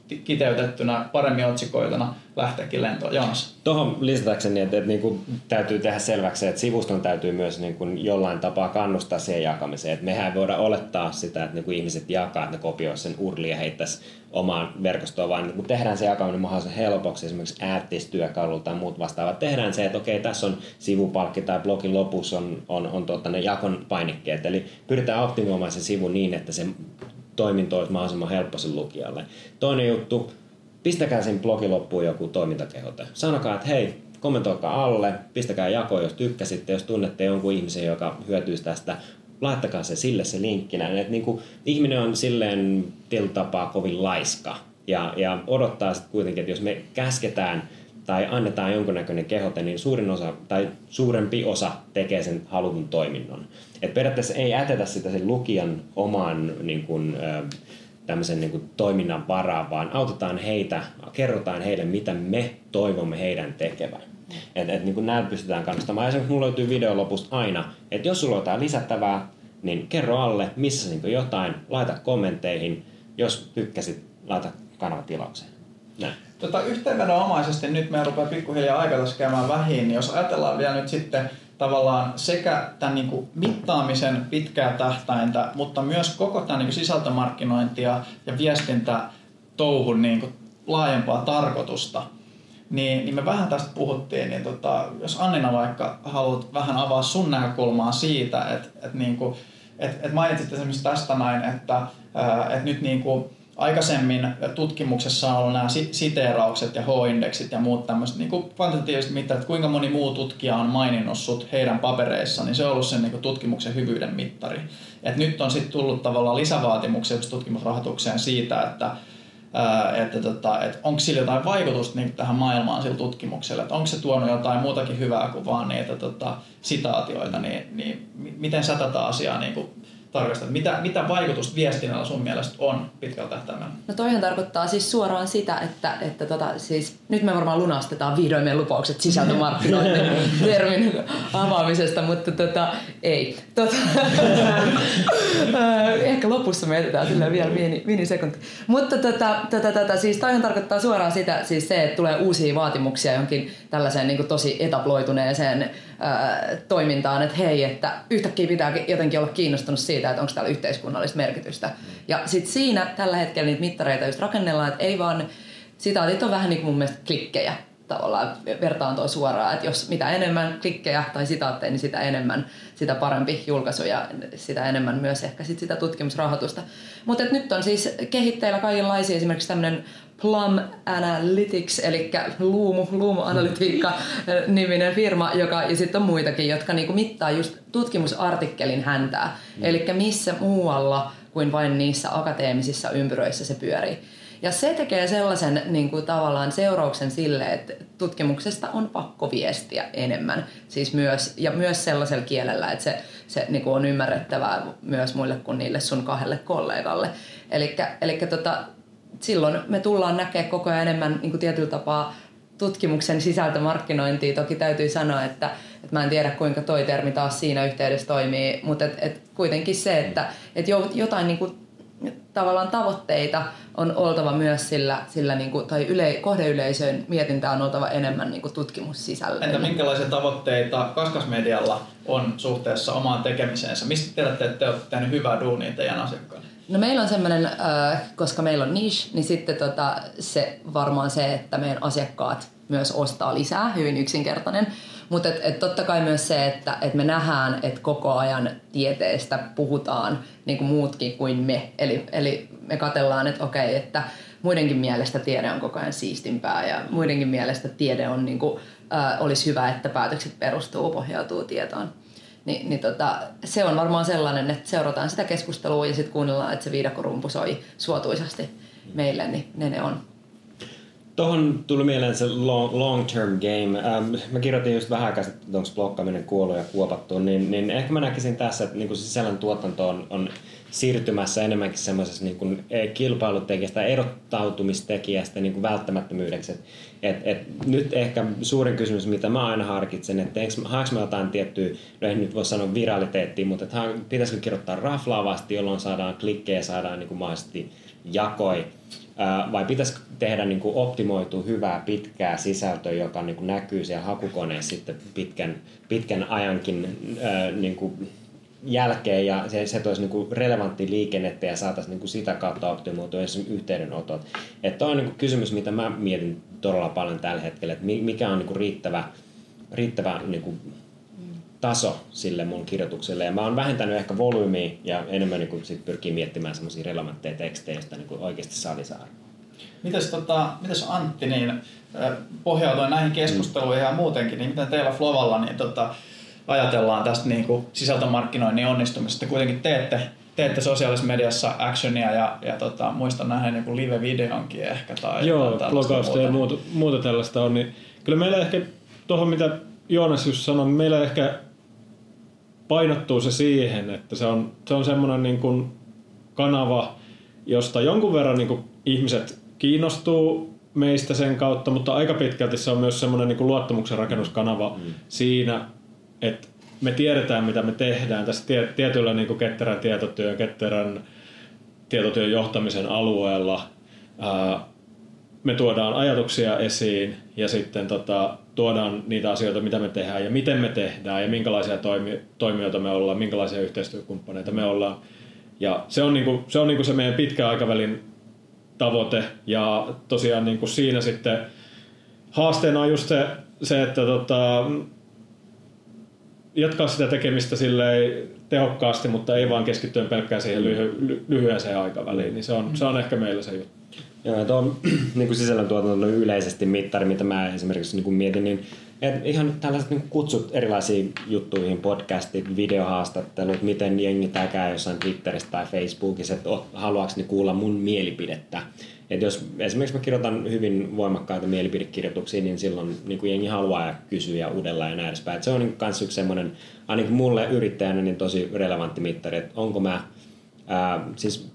kiteytettynä, paremmin otsikoituna lähteekin lentoon. Joonas. Tuohon lisätäkseni, että niin kuin täytyy tehdä selväksi, että sivuston täytyy myös niin kuin jollain tapaa kannustaa siihen jakamiseen. Että mehän voidaan olettaa sitä, että niin kuin ihmiset jakaa, että ne kopioisivat sen URLin ja heittäisi omaan verkostoon, vaan kun tehdään se jakaminen mahdollisimman helpoksi, esimerkiksi Addis-työkalulla tai muut vastaavat, tehdään se, että okei, tässä on sivupalkki tai blogin lopussa on ne jakon painikkeet, eli pyritään optimoimaan se sivu niin, että se toiminto olisi mahdollisimman helppo sen lukijalle. Toinen juttu, pistäkää sen blogin loppuun joku toimintakehote. Sanokaa, että hei, kommentoikaa alle, pistäkää jako, jos tykkäsitte, jos tunnette jonkun ihmisen, joka hyötyisi tästä, laittakaa se sille se linkkinä. Että niin kuin, ihminen on silleen tietyllä tapaa kovin laiska ja odottaa sitten kuitenkin, että jos me käsketään tai annetaan jonkunnäköinen kehote, niin suurin osa tai suurempi osa tekee sen halutun toiminnon. Et periaatteessa ei jätetä sitä sen lukijan oman niin kuin, tämmöisen niin kuin toiminnan varaan, vaan autetaan heitä, kerrotaan heille, mitä me toivomme heidän tekevän. Niin kuin näin pystytään kannustamaan. Esimerkiksi mulla löytyy video lopusta aina, että jos sulla on jotain lisättävää, niin kerro alle, missä niin jotain, laita kommentteihin, jos tykkäsit, laita kanavatilaukseen. Näin. Yhteenvedonomaisesti nyt me rupeaa pikkuhiljaa aika tässä käymään vähin, niin jos ajatellaan vielä nyt sitten tavallaan sekä tämän niin kuin mittaamisen pitkää tähtäintä, mutta myös koko tämän niin kuin sisältömarkkinointia ja viestintätouhun niin kuin laajempaa tarkoitusta, niin me vähän tästä puhuttiin, niin jos Annina vaikka haluat vähän avaa sun näkökulmaa siitä, että mainitsit esimerkiksi tästä näin, että nyt niin kuin aikaisemmin tutkimuksessa on ollut nämä siteeraukset ja H-indeksit ja muut tämmöiset niin kuin kvantitatiiviset mittarit, että kuinka moni muu tutkija on maininnut sut heidän papereissaan, niin se on ollut sen niin kuin tutkimuksen hyvyyden mittari. Et nyt on sitten tullut tavallaan lisävaatimuksia tutkimusrahoitukseen siitä, että onko sillä jotain vaikutusta niin tähän maailmaan sillä tutkimuksella, että onko se tuonut jotain muutakin hyvää kuin vaan niitä sitaatioita, niin miten sä tätä asiaa niin kuin tarkastat? Mitä vaikutusta viestinnällä sun mielestä on pitkällä tähtäimellä? No toihan tarkoittaa siis suoraan sitä, että siis nyt me varmaan lunastetaan vihdoin meidän lupaukset sisältömarkkinoinnin termin avaamisesta, mutta ei. Ehkä lopussa me jätetään silleen vielä minisekunti. Mutta siis toihan tarkoittaa suoraan sitä, siis se, että tulee uusia vaatimuksia jonkin tällaiseen niin kuin tosi etabloituneeseen toimintaan, että hei, että yhtäkkiä pitää jotenkin olla kiinnostunut siitä, että onko täällä yhteiskunnallista merkitystä. Ja sitten siinä tällä hetkellä niitä mittareita just rakennellaan, että ei vaan, sitaatit on vähän niin kuin mun mielestä klikkejä tavallaan, vertaan toi suoraan, että jos mitä enemmän klikkejä tai sitaatteja, niin sitä enemmän, sitä parempi julkaisu ja sitä enemmän myös ehkä sitä tutkimusrahoitusta. Mutta nyt on siis kehitteillä kaikenlaisia, esimerkiksi tämmöinen Plum Analytics, eli Luumu-analytiikka-niminen firma, ja sitten on muitakin, jotka niinku mittaa just tutkimusartikkelin häntää. Eli missä muualla kuin vain niissä akateemisissa ympyröissä se pyörii. Ja se tekee sellaisen niin kuin tavallaan seurauksen sille, että tutkimuksesta on pakko viestiä enemmän. Siis myös sellaisella kielellä, että se niin kuin on ymmärrettävää myös muille kuin niille sun 2 kollegalle. Elikkä silloin me tullaan näkemään koko ajan enemmän niin kuin tietyllä tapaa tutkimuksen sisältömarkkinointia. Toki täytyy sanoa, että mä en tiedä kuinka toi termi taas siinä yhteydessä toimii, mutta kuitenkin se, että jotain niin kuin tavallaan tavoitteita on oltava myös sillä niin kuin, tai kohdeyleisön mietintää on oltava enemmän niin kuin tutkimussisällöllä. Entä minkälaisia tavoitteita Kaskasmedialla on suhteessa omaan tekemiseensä? Mistä tiedätte, että te olette tehneet hyvää duunia teidän asiakkaille? No meillä on semmoinen, koska meillä on niche, niin sitten se varmaan se, että meidän asiakkaat myös ostaa lisää, hyvin yksinkertainen. Mutta totta kai myös se, että me nähdään, että koko ajan tieteestä puhutaan niin kuin muutkin kuin me. Eli me katsellaan, että okei, että muidenkin mielestä tiede on koko ajan siistimpää ja muidenkin mielestä tiede on niin kuin, olisi hyvä, että päätökset pohjautuu tietoon. Se on varmaan sellainen, että seurataan sitä keskustelua ja sitten kuunnellaan, että se viidakorumpu soi suotuisasti meille, niin ne on. Tuohon tuli mieleen se long-term game. Mä kirjoitin just vähän aikaa sitten, että onko blokkaaminen kuollut ja kuopattu, niin ehkä mä näkisin tässä, että niin sisällön tuotanto on siirtymässä enemmänkin semmoisessa niin kilpailutekijästä, erottautumistekijästä niin välttämättömyydeksi. Nyt ehkä suurin kysymys, mitä mä aina harkitsen, että haanko mä jotain tiettyä, no ei nyt voi sanoa viraliteettia, mutta pitäisikö kirjoittaa raflaavasti, jolloin saadaan klikkejä, saadaan niin mahdollisesti jakoi. vai pitäisikö tehdä niin kuin optimoitu hyvää pitkää sisältöä, joka niin kuin näkyy siellä hakukoneessa sitten pitkän ajankin niin kuin jälkeen ja se toisi niin kuin relevanttia liikennettä ja saataisiin niin kuin sitä kautta optimoitua yhteydenotot. Että on niin kuin kysymys, mitä mä mietin todella paljon tällä hetkellä, että mikä on niin kuin riittävä niin kuin taso sille mun kirjoitukselle. Ja mä oon vähentänyt ehkä volyymiä ja enemmän niin sit pyrkii miettimään semmoisia relevantteja tekstejä, joista niin oikeasti saa lisäarvoa. Mites Antti, niin pohjautuen näihin keskusteluihin ja muutenkin, niin miten teillä Flowalla niin ajatellaan tästä niin kuin sisältömarkkinoinnin onnistumisesta? Kuitenkin teette sosiaalisessa mediassa actionia ja muistan nähdä niin kuin live-videonkin ehkä. Tai blogausta ja muuta tällaista on. Niin kyllä meillä ehkä tuohon, mitä Joonas just sanoi, meillä ehkä painottuu se siihen, että se on semmoinen niin kuin kanava, josta jonkun verran niin kuin ihmiset kiinnostuu meistä sen kautta, mutta aika pitkälti se on myös semmoinen niin kuin luottamuksen rakennuskanava siinä, että me tiedetään, mitä me tehdään tässä tietyllä niin kuin ketterän tietotyön johtamisen alueella. Me tuodaan ajatuksia esiin ja sitten tuodaan niitä asioita, mitä me tehdään ja miten me tehdään ja minkälaisia toimijoita me ollaan, minkälaisia yhteistyökumppaneita me ollaan. Ja se on niinku se meidän pitkän aikavälin tavoite ja tosiaan niinku siinä sitten haasteena on just se että jatkaa sitä tekemistä silleen tehokkaasti, mutta ei vaan keskittyen pelkkään siihen lyhyeseen aikaväliin, niin se on ehkä meillä se juttu. Joo, tuo niin sisällöntuotanto on yleisesti mittari, mitä mä esimerkiksi niin mietin, niin ihan tällaiset niin kutsut erilaisiin juttuihin, podcastit, videohaastattelut, miten jengi käy jossain Twitterissä tai Facebookissa, että haluaako ne kuulla mun mielipidettä. Et jos esimerkiksi mä kirjoitan hyvin voimakkaita mielipidekirjoituksia, niin silloin niin jengi haluaa kysyä uudelleen ja näin edespäin. Et se on niin myös yksi semmoinen, ainakin mulle yrittäjänä, niin tosi relevantti mittari, että onko mä siis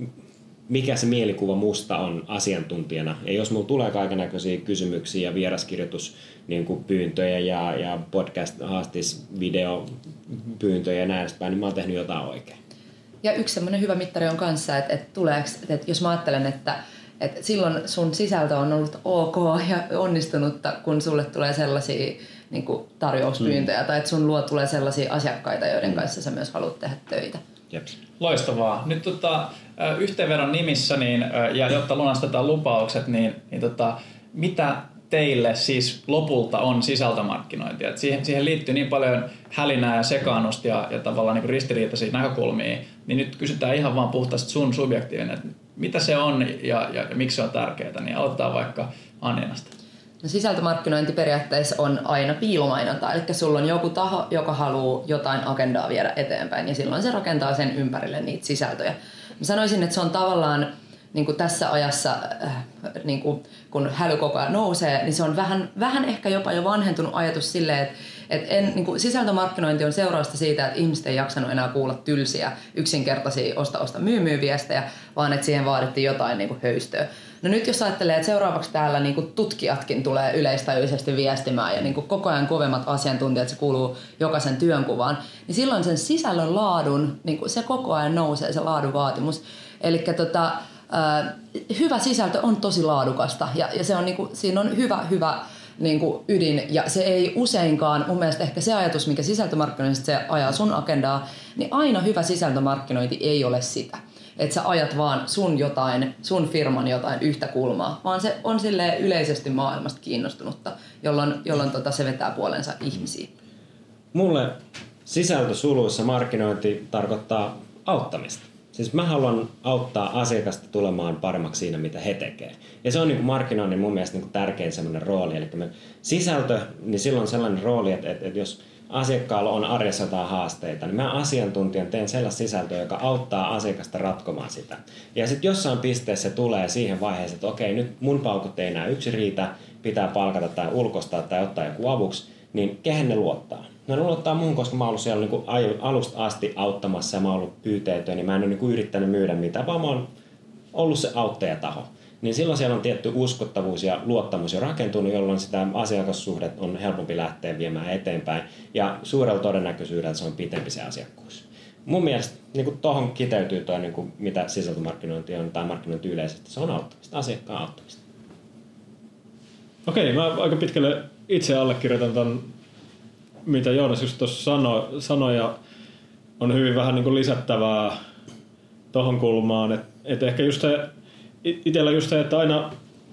mikä se mielikuva musta on asiantuntijana. Ja jos mulla tulee kaikennäköisiä kysymyksiä ja vieraskirjoitus niin kuin pyyntöjä ja podcast-haastis, videopyyntöjä ja näin edespäin, niin mä oon tehnyt jotain oikein. Ja yksi semmoinen hyvä mittari on kanssa, että jos mä ajattelen, että silloin sun sisältö on ollut ok ja onnistunutta, kun sulle tulee sellaisia niin kuin tarjouspyyntöjä tai että sun luo tulee sellaisia asiakkaita, joiden kanssa sä myös haluat tehdä töitä. Jeps. Loistavaa. Nyt yhteenvedon nimissä niin, ja jotta lunastetaan lupaukset, niin mitä teille siis lopulta on sisältömarkkinointi? Et siihen liittyy niin paljon hälinää ja sekaannusta ja tavallaan niin ristiriitaisia näkökulmia, niin nyt kysytään ihan vaan puhtaasti sun subjektiivinen, että mitä se on ja miksi se on tärkeää, niin aloitetaan vaikka Anninasta. No sisältömarkkinointi periaatteessa on aina piilomainontaa, eli sulla on joku taho, joka haluaa jotain agendaa viedä eteenpäin ja silloin se rakentaa sen ympärille niitä sisältöjä. Mä sanoisin, että se on tavallaan niin kuin tässä ajassa, niin kuin, kun häly koko ajan nousee, niin se on vähän ehkä jopa jo vanhentunut ajatus silleen, että niin kuin sisältömarkkinointi on seurausta siitä, että ihmiset ei jaksanut enää kuulla tylsiä, yksinkertaisia osta myy-viestejä, vaan että siihen vaadittiin jotain niin kuin höystöä. No nyt jos ajattelee, että seuraavaksi täällä niin kuin tutkijatkin tulee yleistajuisesti viestimään ja niin kuin koko ajan kovemmat asiantuntijat, se kuuluu jokaisen työnkuvaan, niin silloin sen sisällön laadun, niin kuin se koko ajan nousee se laadun vaatimus. Eli hyvä sisältö on tosi laadukasta ja se on, niin kuin, siinä on hyvä niin kuin ydin ja se ei useinkaan, mun mielestä ehkä se ajatus, mikä sisältömarkkinoinnista se ajaa sun agendaa, niin aina hyvä sisältömarkkinointi ei ole sitä. Että sä ajat vaan sun firman jotain yhtä kulmaa, vaan se on silleen yleisesti maailmasta kiinnostunutta, jolloin se vetää puolensa ihmisiä. Mulle sisältösuluissa markkinointi tarkoittaa auttamista. Siis mä haluan auttaa asiakasta tulemaan paremmaksi siinä, mitä he tekee. Ja se on niin kuin markkinoinnin mun mielestä niin kuin tärkein semmoinen rooli. Eli sisältö, niin silloin on sellainen rooli, että jos asiakkaalla on arjessa jotain haasteita, niin mä asiantuntijan teen sellaista sisältöä, joka auttaa asiakasta ratkomaan sitä. Ja sitten jossain pisteessä tulee siihen vaiheeseen, että okei, nyt mun paukut ei enää yksin riitä, pitää palkata tai ulkoistaa tai ottaa joku avuksi, niin kehen ne luottaa? No ne luottaa muun, koska mä oon ollut siellä niin alusta asti auttamassa ja mä oon ollut pyyteetön, niin mä en ole niin yrittänyt myydä mitään, vaan mä oon ollut se auttajataho. Niin silloin siellä on tietty uskottavuus ja luottamus jo rakentunut, jolloin sitä asiakassuhdet on helpompi lähteä viemään eteenpäin. Ja suurella todennäköisyydellä se on pitempi se asiakkuus. mun mielestä niin tuohon kiteytyy toi, niin mitä sisältömarkkinointi on tai markkinointi yleisesti. Se on auttamista, asiakkaan auttamista. Okei, mä aika pitkälle itse allekirjoitan ton, mitä Joonas just tuossa sanoi ja on hyvin vähän niin kuin lisättävää tohon kulmaan. Et ehkä just se, itsellä just se, että aina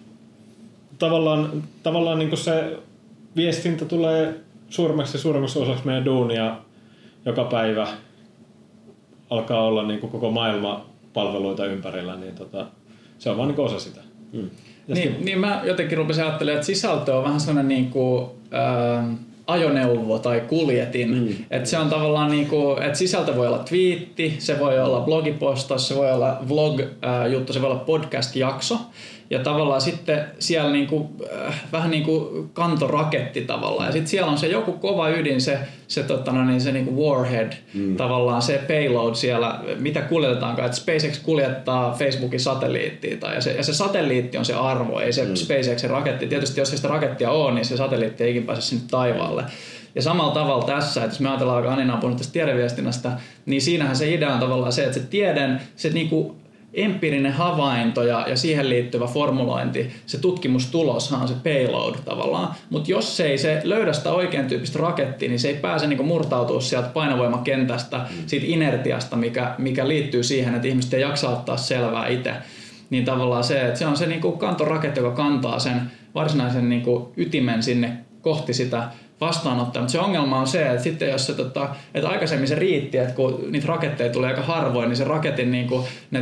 tavallaan niin kuin se viestintä tulee suuremmaksi osaksi meidän duunia joka päivä. Alkaa olla niin kuin koko maailma palveluita ympärillä, niin se on vaan niin kuin osa sitä. Niin mä jotenkin rupesin ajattelemaan, että sisältö on vähän sellainen niin kuin, ajoneuvo tai kuljetin. Että se on tavallaan niinku, että sisältö voi olla twiitti, se voi olla blogipostaus, se voi olla vlog-juttu, se voi olla podcast-jakso. Ja tavallaan sitten siellä niinku, vähän niinku kantoraketti tavallaan. Ja sitten siellä on se joku kova ydin, se niinku warhead, tavallaan se payload siellä, mitä kuljetetaankaan. Että SpaceX kuljettaa Facebookin satelliittia. Ja se satelliitti on se arvo, ei se SpaceXin raketti. Tietysti jos sitä rakettia on, niin se satelliitti ei ikin pääse sinne taivaalle. Ja samalla tavalla tässä, että jos me ajatellaan, että Anina on puhunut tästä tiedeviestinnästä, niin siinähän se idea on tavallaan se, että se tieden, se niinku empiirinen havainto ja siihen liittyvä formulointi, se tutkimustuloshan on se payload tavallaan. Mutta jos ei se löydä sitä oikein tyyppistä rakettia, niin se ei pääse niinku murtautua sieltä painovoimakentästä, siitä inertiasta, mikä liittyy siihen, että ihmiset ei jaksa ottaa selvää itse. Niin tavallaan se, että se on se niinku kantoraketti, joka kantaa sen varsinaisen niinku ytimen sinne kohti sitä vastaanottaa. Mutta se ongelma on se, että sitten jos se, että aikaisemmin se riitti, että kun niitä raketteja tulee aika harvoin, niin se raketin ne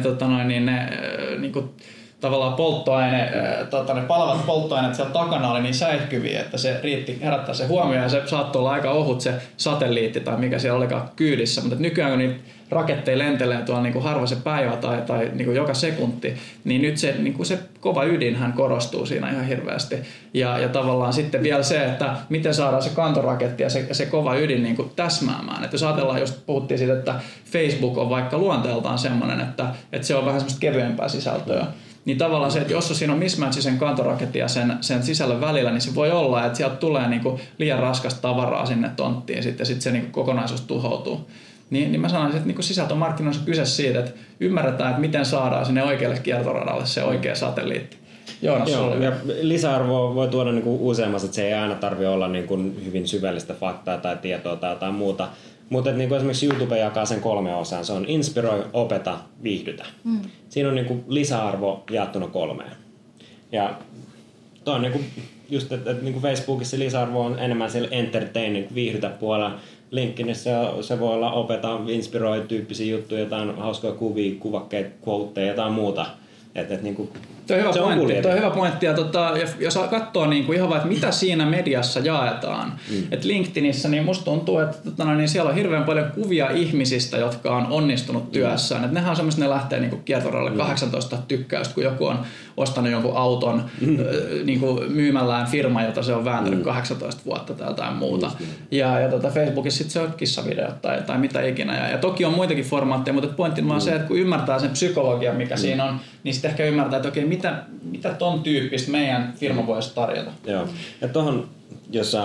tavallaan polttoaine, ne palavat polttoaineet siellä takana oli niin säihkyviä, että se riitti herättää se huomioon ja se saattoi olla aika ohut se satelliitti tai mikä siellä olikaan kyydissä. Mutta nykyään kun niitä raketteja lentelee tuolla niin kuin harva se päivä tai niin kuin joka sekunti, niin nyt se, niin kuin se kova ydinhän korostuu siinä ihan hirveästi. Ja tavallaan sitten vielä se, että miten saadaan se kantoraketti ja se kova ydin niin kuin täsmäämään. Että jos ajatellaan, just puhuttiin siitä, että Facebook on vaikka luonteeltaan semmoinen, että se on vähän semmoista kevyempää sisältöä. Niin tavallaan se, että jos siinä on mismatchi sen kantoraketin ja sen sisällön välillä, niin se voi olla, että sieltä tulee niinku liian raskasta tavaraa sinne tonttiin ja sitten se niinku kokonaisuus tuhoutuu. Niin mä sanoisin, että niinku sisältömarkkinoissa on kyse siitä, että ymmärretään, että miten saadaan sinne oikealle kiertoradalle se oikea satelliitti. Joo, ja lisäarvoa voi tuoda niinku useammassa, että se ei aina tarvitse olla niinku hyvin syvällistä faktaa tai tietoa tai jotain muuta. Mutta niinku esimerkiksi YouTube jakaa sen 3 osaan. Se on inspiroi, opeta, viihdytä. Siinä on niinku lisäarvo jaettuna 3. Ja toi on niinku just, että niinku Facebookissa lisäarvo on enemmän siellä entertaining, viihdytä puolella. LinkedInissä se voi olla opeta, inspiroi tyyppisiä juttuja, jotain hauskoja kuvia, kuvakkeita, quoteja, jotain muuta. Niinku, Tuo on hyvä pointti. Ja jos katsoo niinku ihan vaan, että mitä siinä mediassa jaetaan. Et LinkedInissä niin musta tuntuu, että niin siellä on hirveän paljon kuvia ihmisistä, jotka on onnistunut työssään. Et nehän on semmoista, ne lähtee niinku kiertoralle 18 tykkäystä, kun joku on ostanut jonkun auton niinku myymällään firma, jota se on vääntänyt 18 vuotta tai jotain muuta. Ja Facebookissa sit se on kissavideot tai mitä ikinä. Ja toki on muitakin formaatteja, mutta pointti on se, että kun ymmärtää sen psykologian, mikä siinä on, niin sitten ehkä ymmärtää, että okei, mitä ton tyyppistä meidän firma voisi tarjota. Joo. Ja tuohon, jos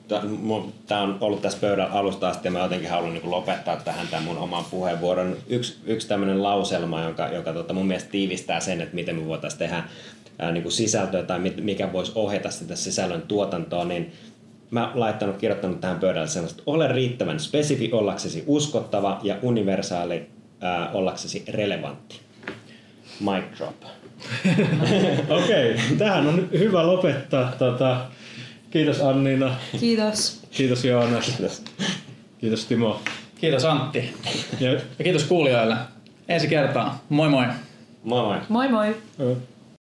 tämä on ollut tässä pöydän alusta asti ja mä jotenkin haluan niin lopettaa tähän tämän mun oman puheenvuoron. Yksi tämmöinen lauselma, joka mun mielestä tiivistää sen, että miten me voitaisiin tehdä niin kuin sisältöä tai mikä voisi ohjata sitä sisällön tuotantoa, niin mä kirjoittanut tähän pöydälle sellaista, ole riittävän spesifi ollaksesi uskottava ja universaali ollaksesi relevantti. Mic drop. Okei, tähän on hyvä lopettaa. Kiitos Anniina. Kiitos. Kiitos Joonas. Kiitos Timo. Kiitos Antti. Ja kiitos kuulijoille. Ensi kertaa. Moi moi. Moi moi. Moi moi.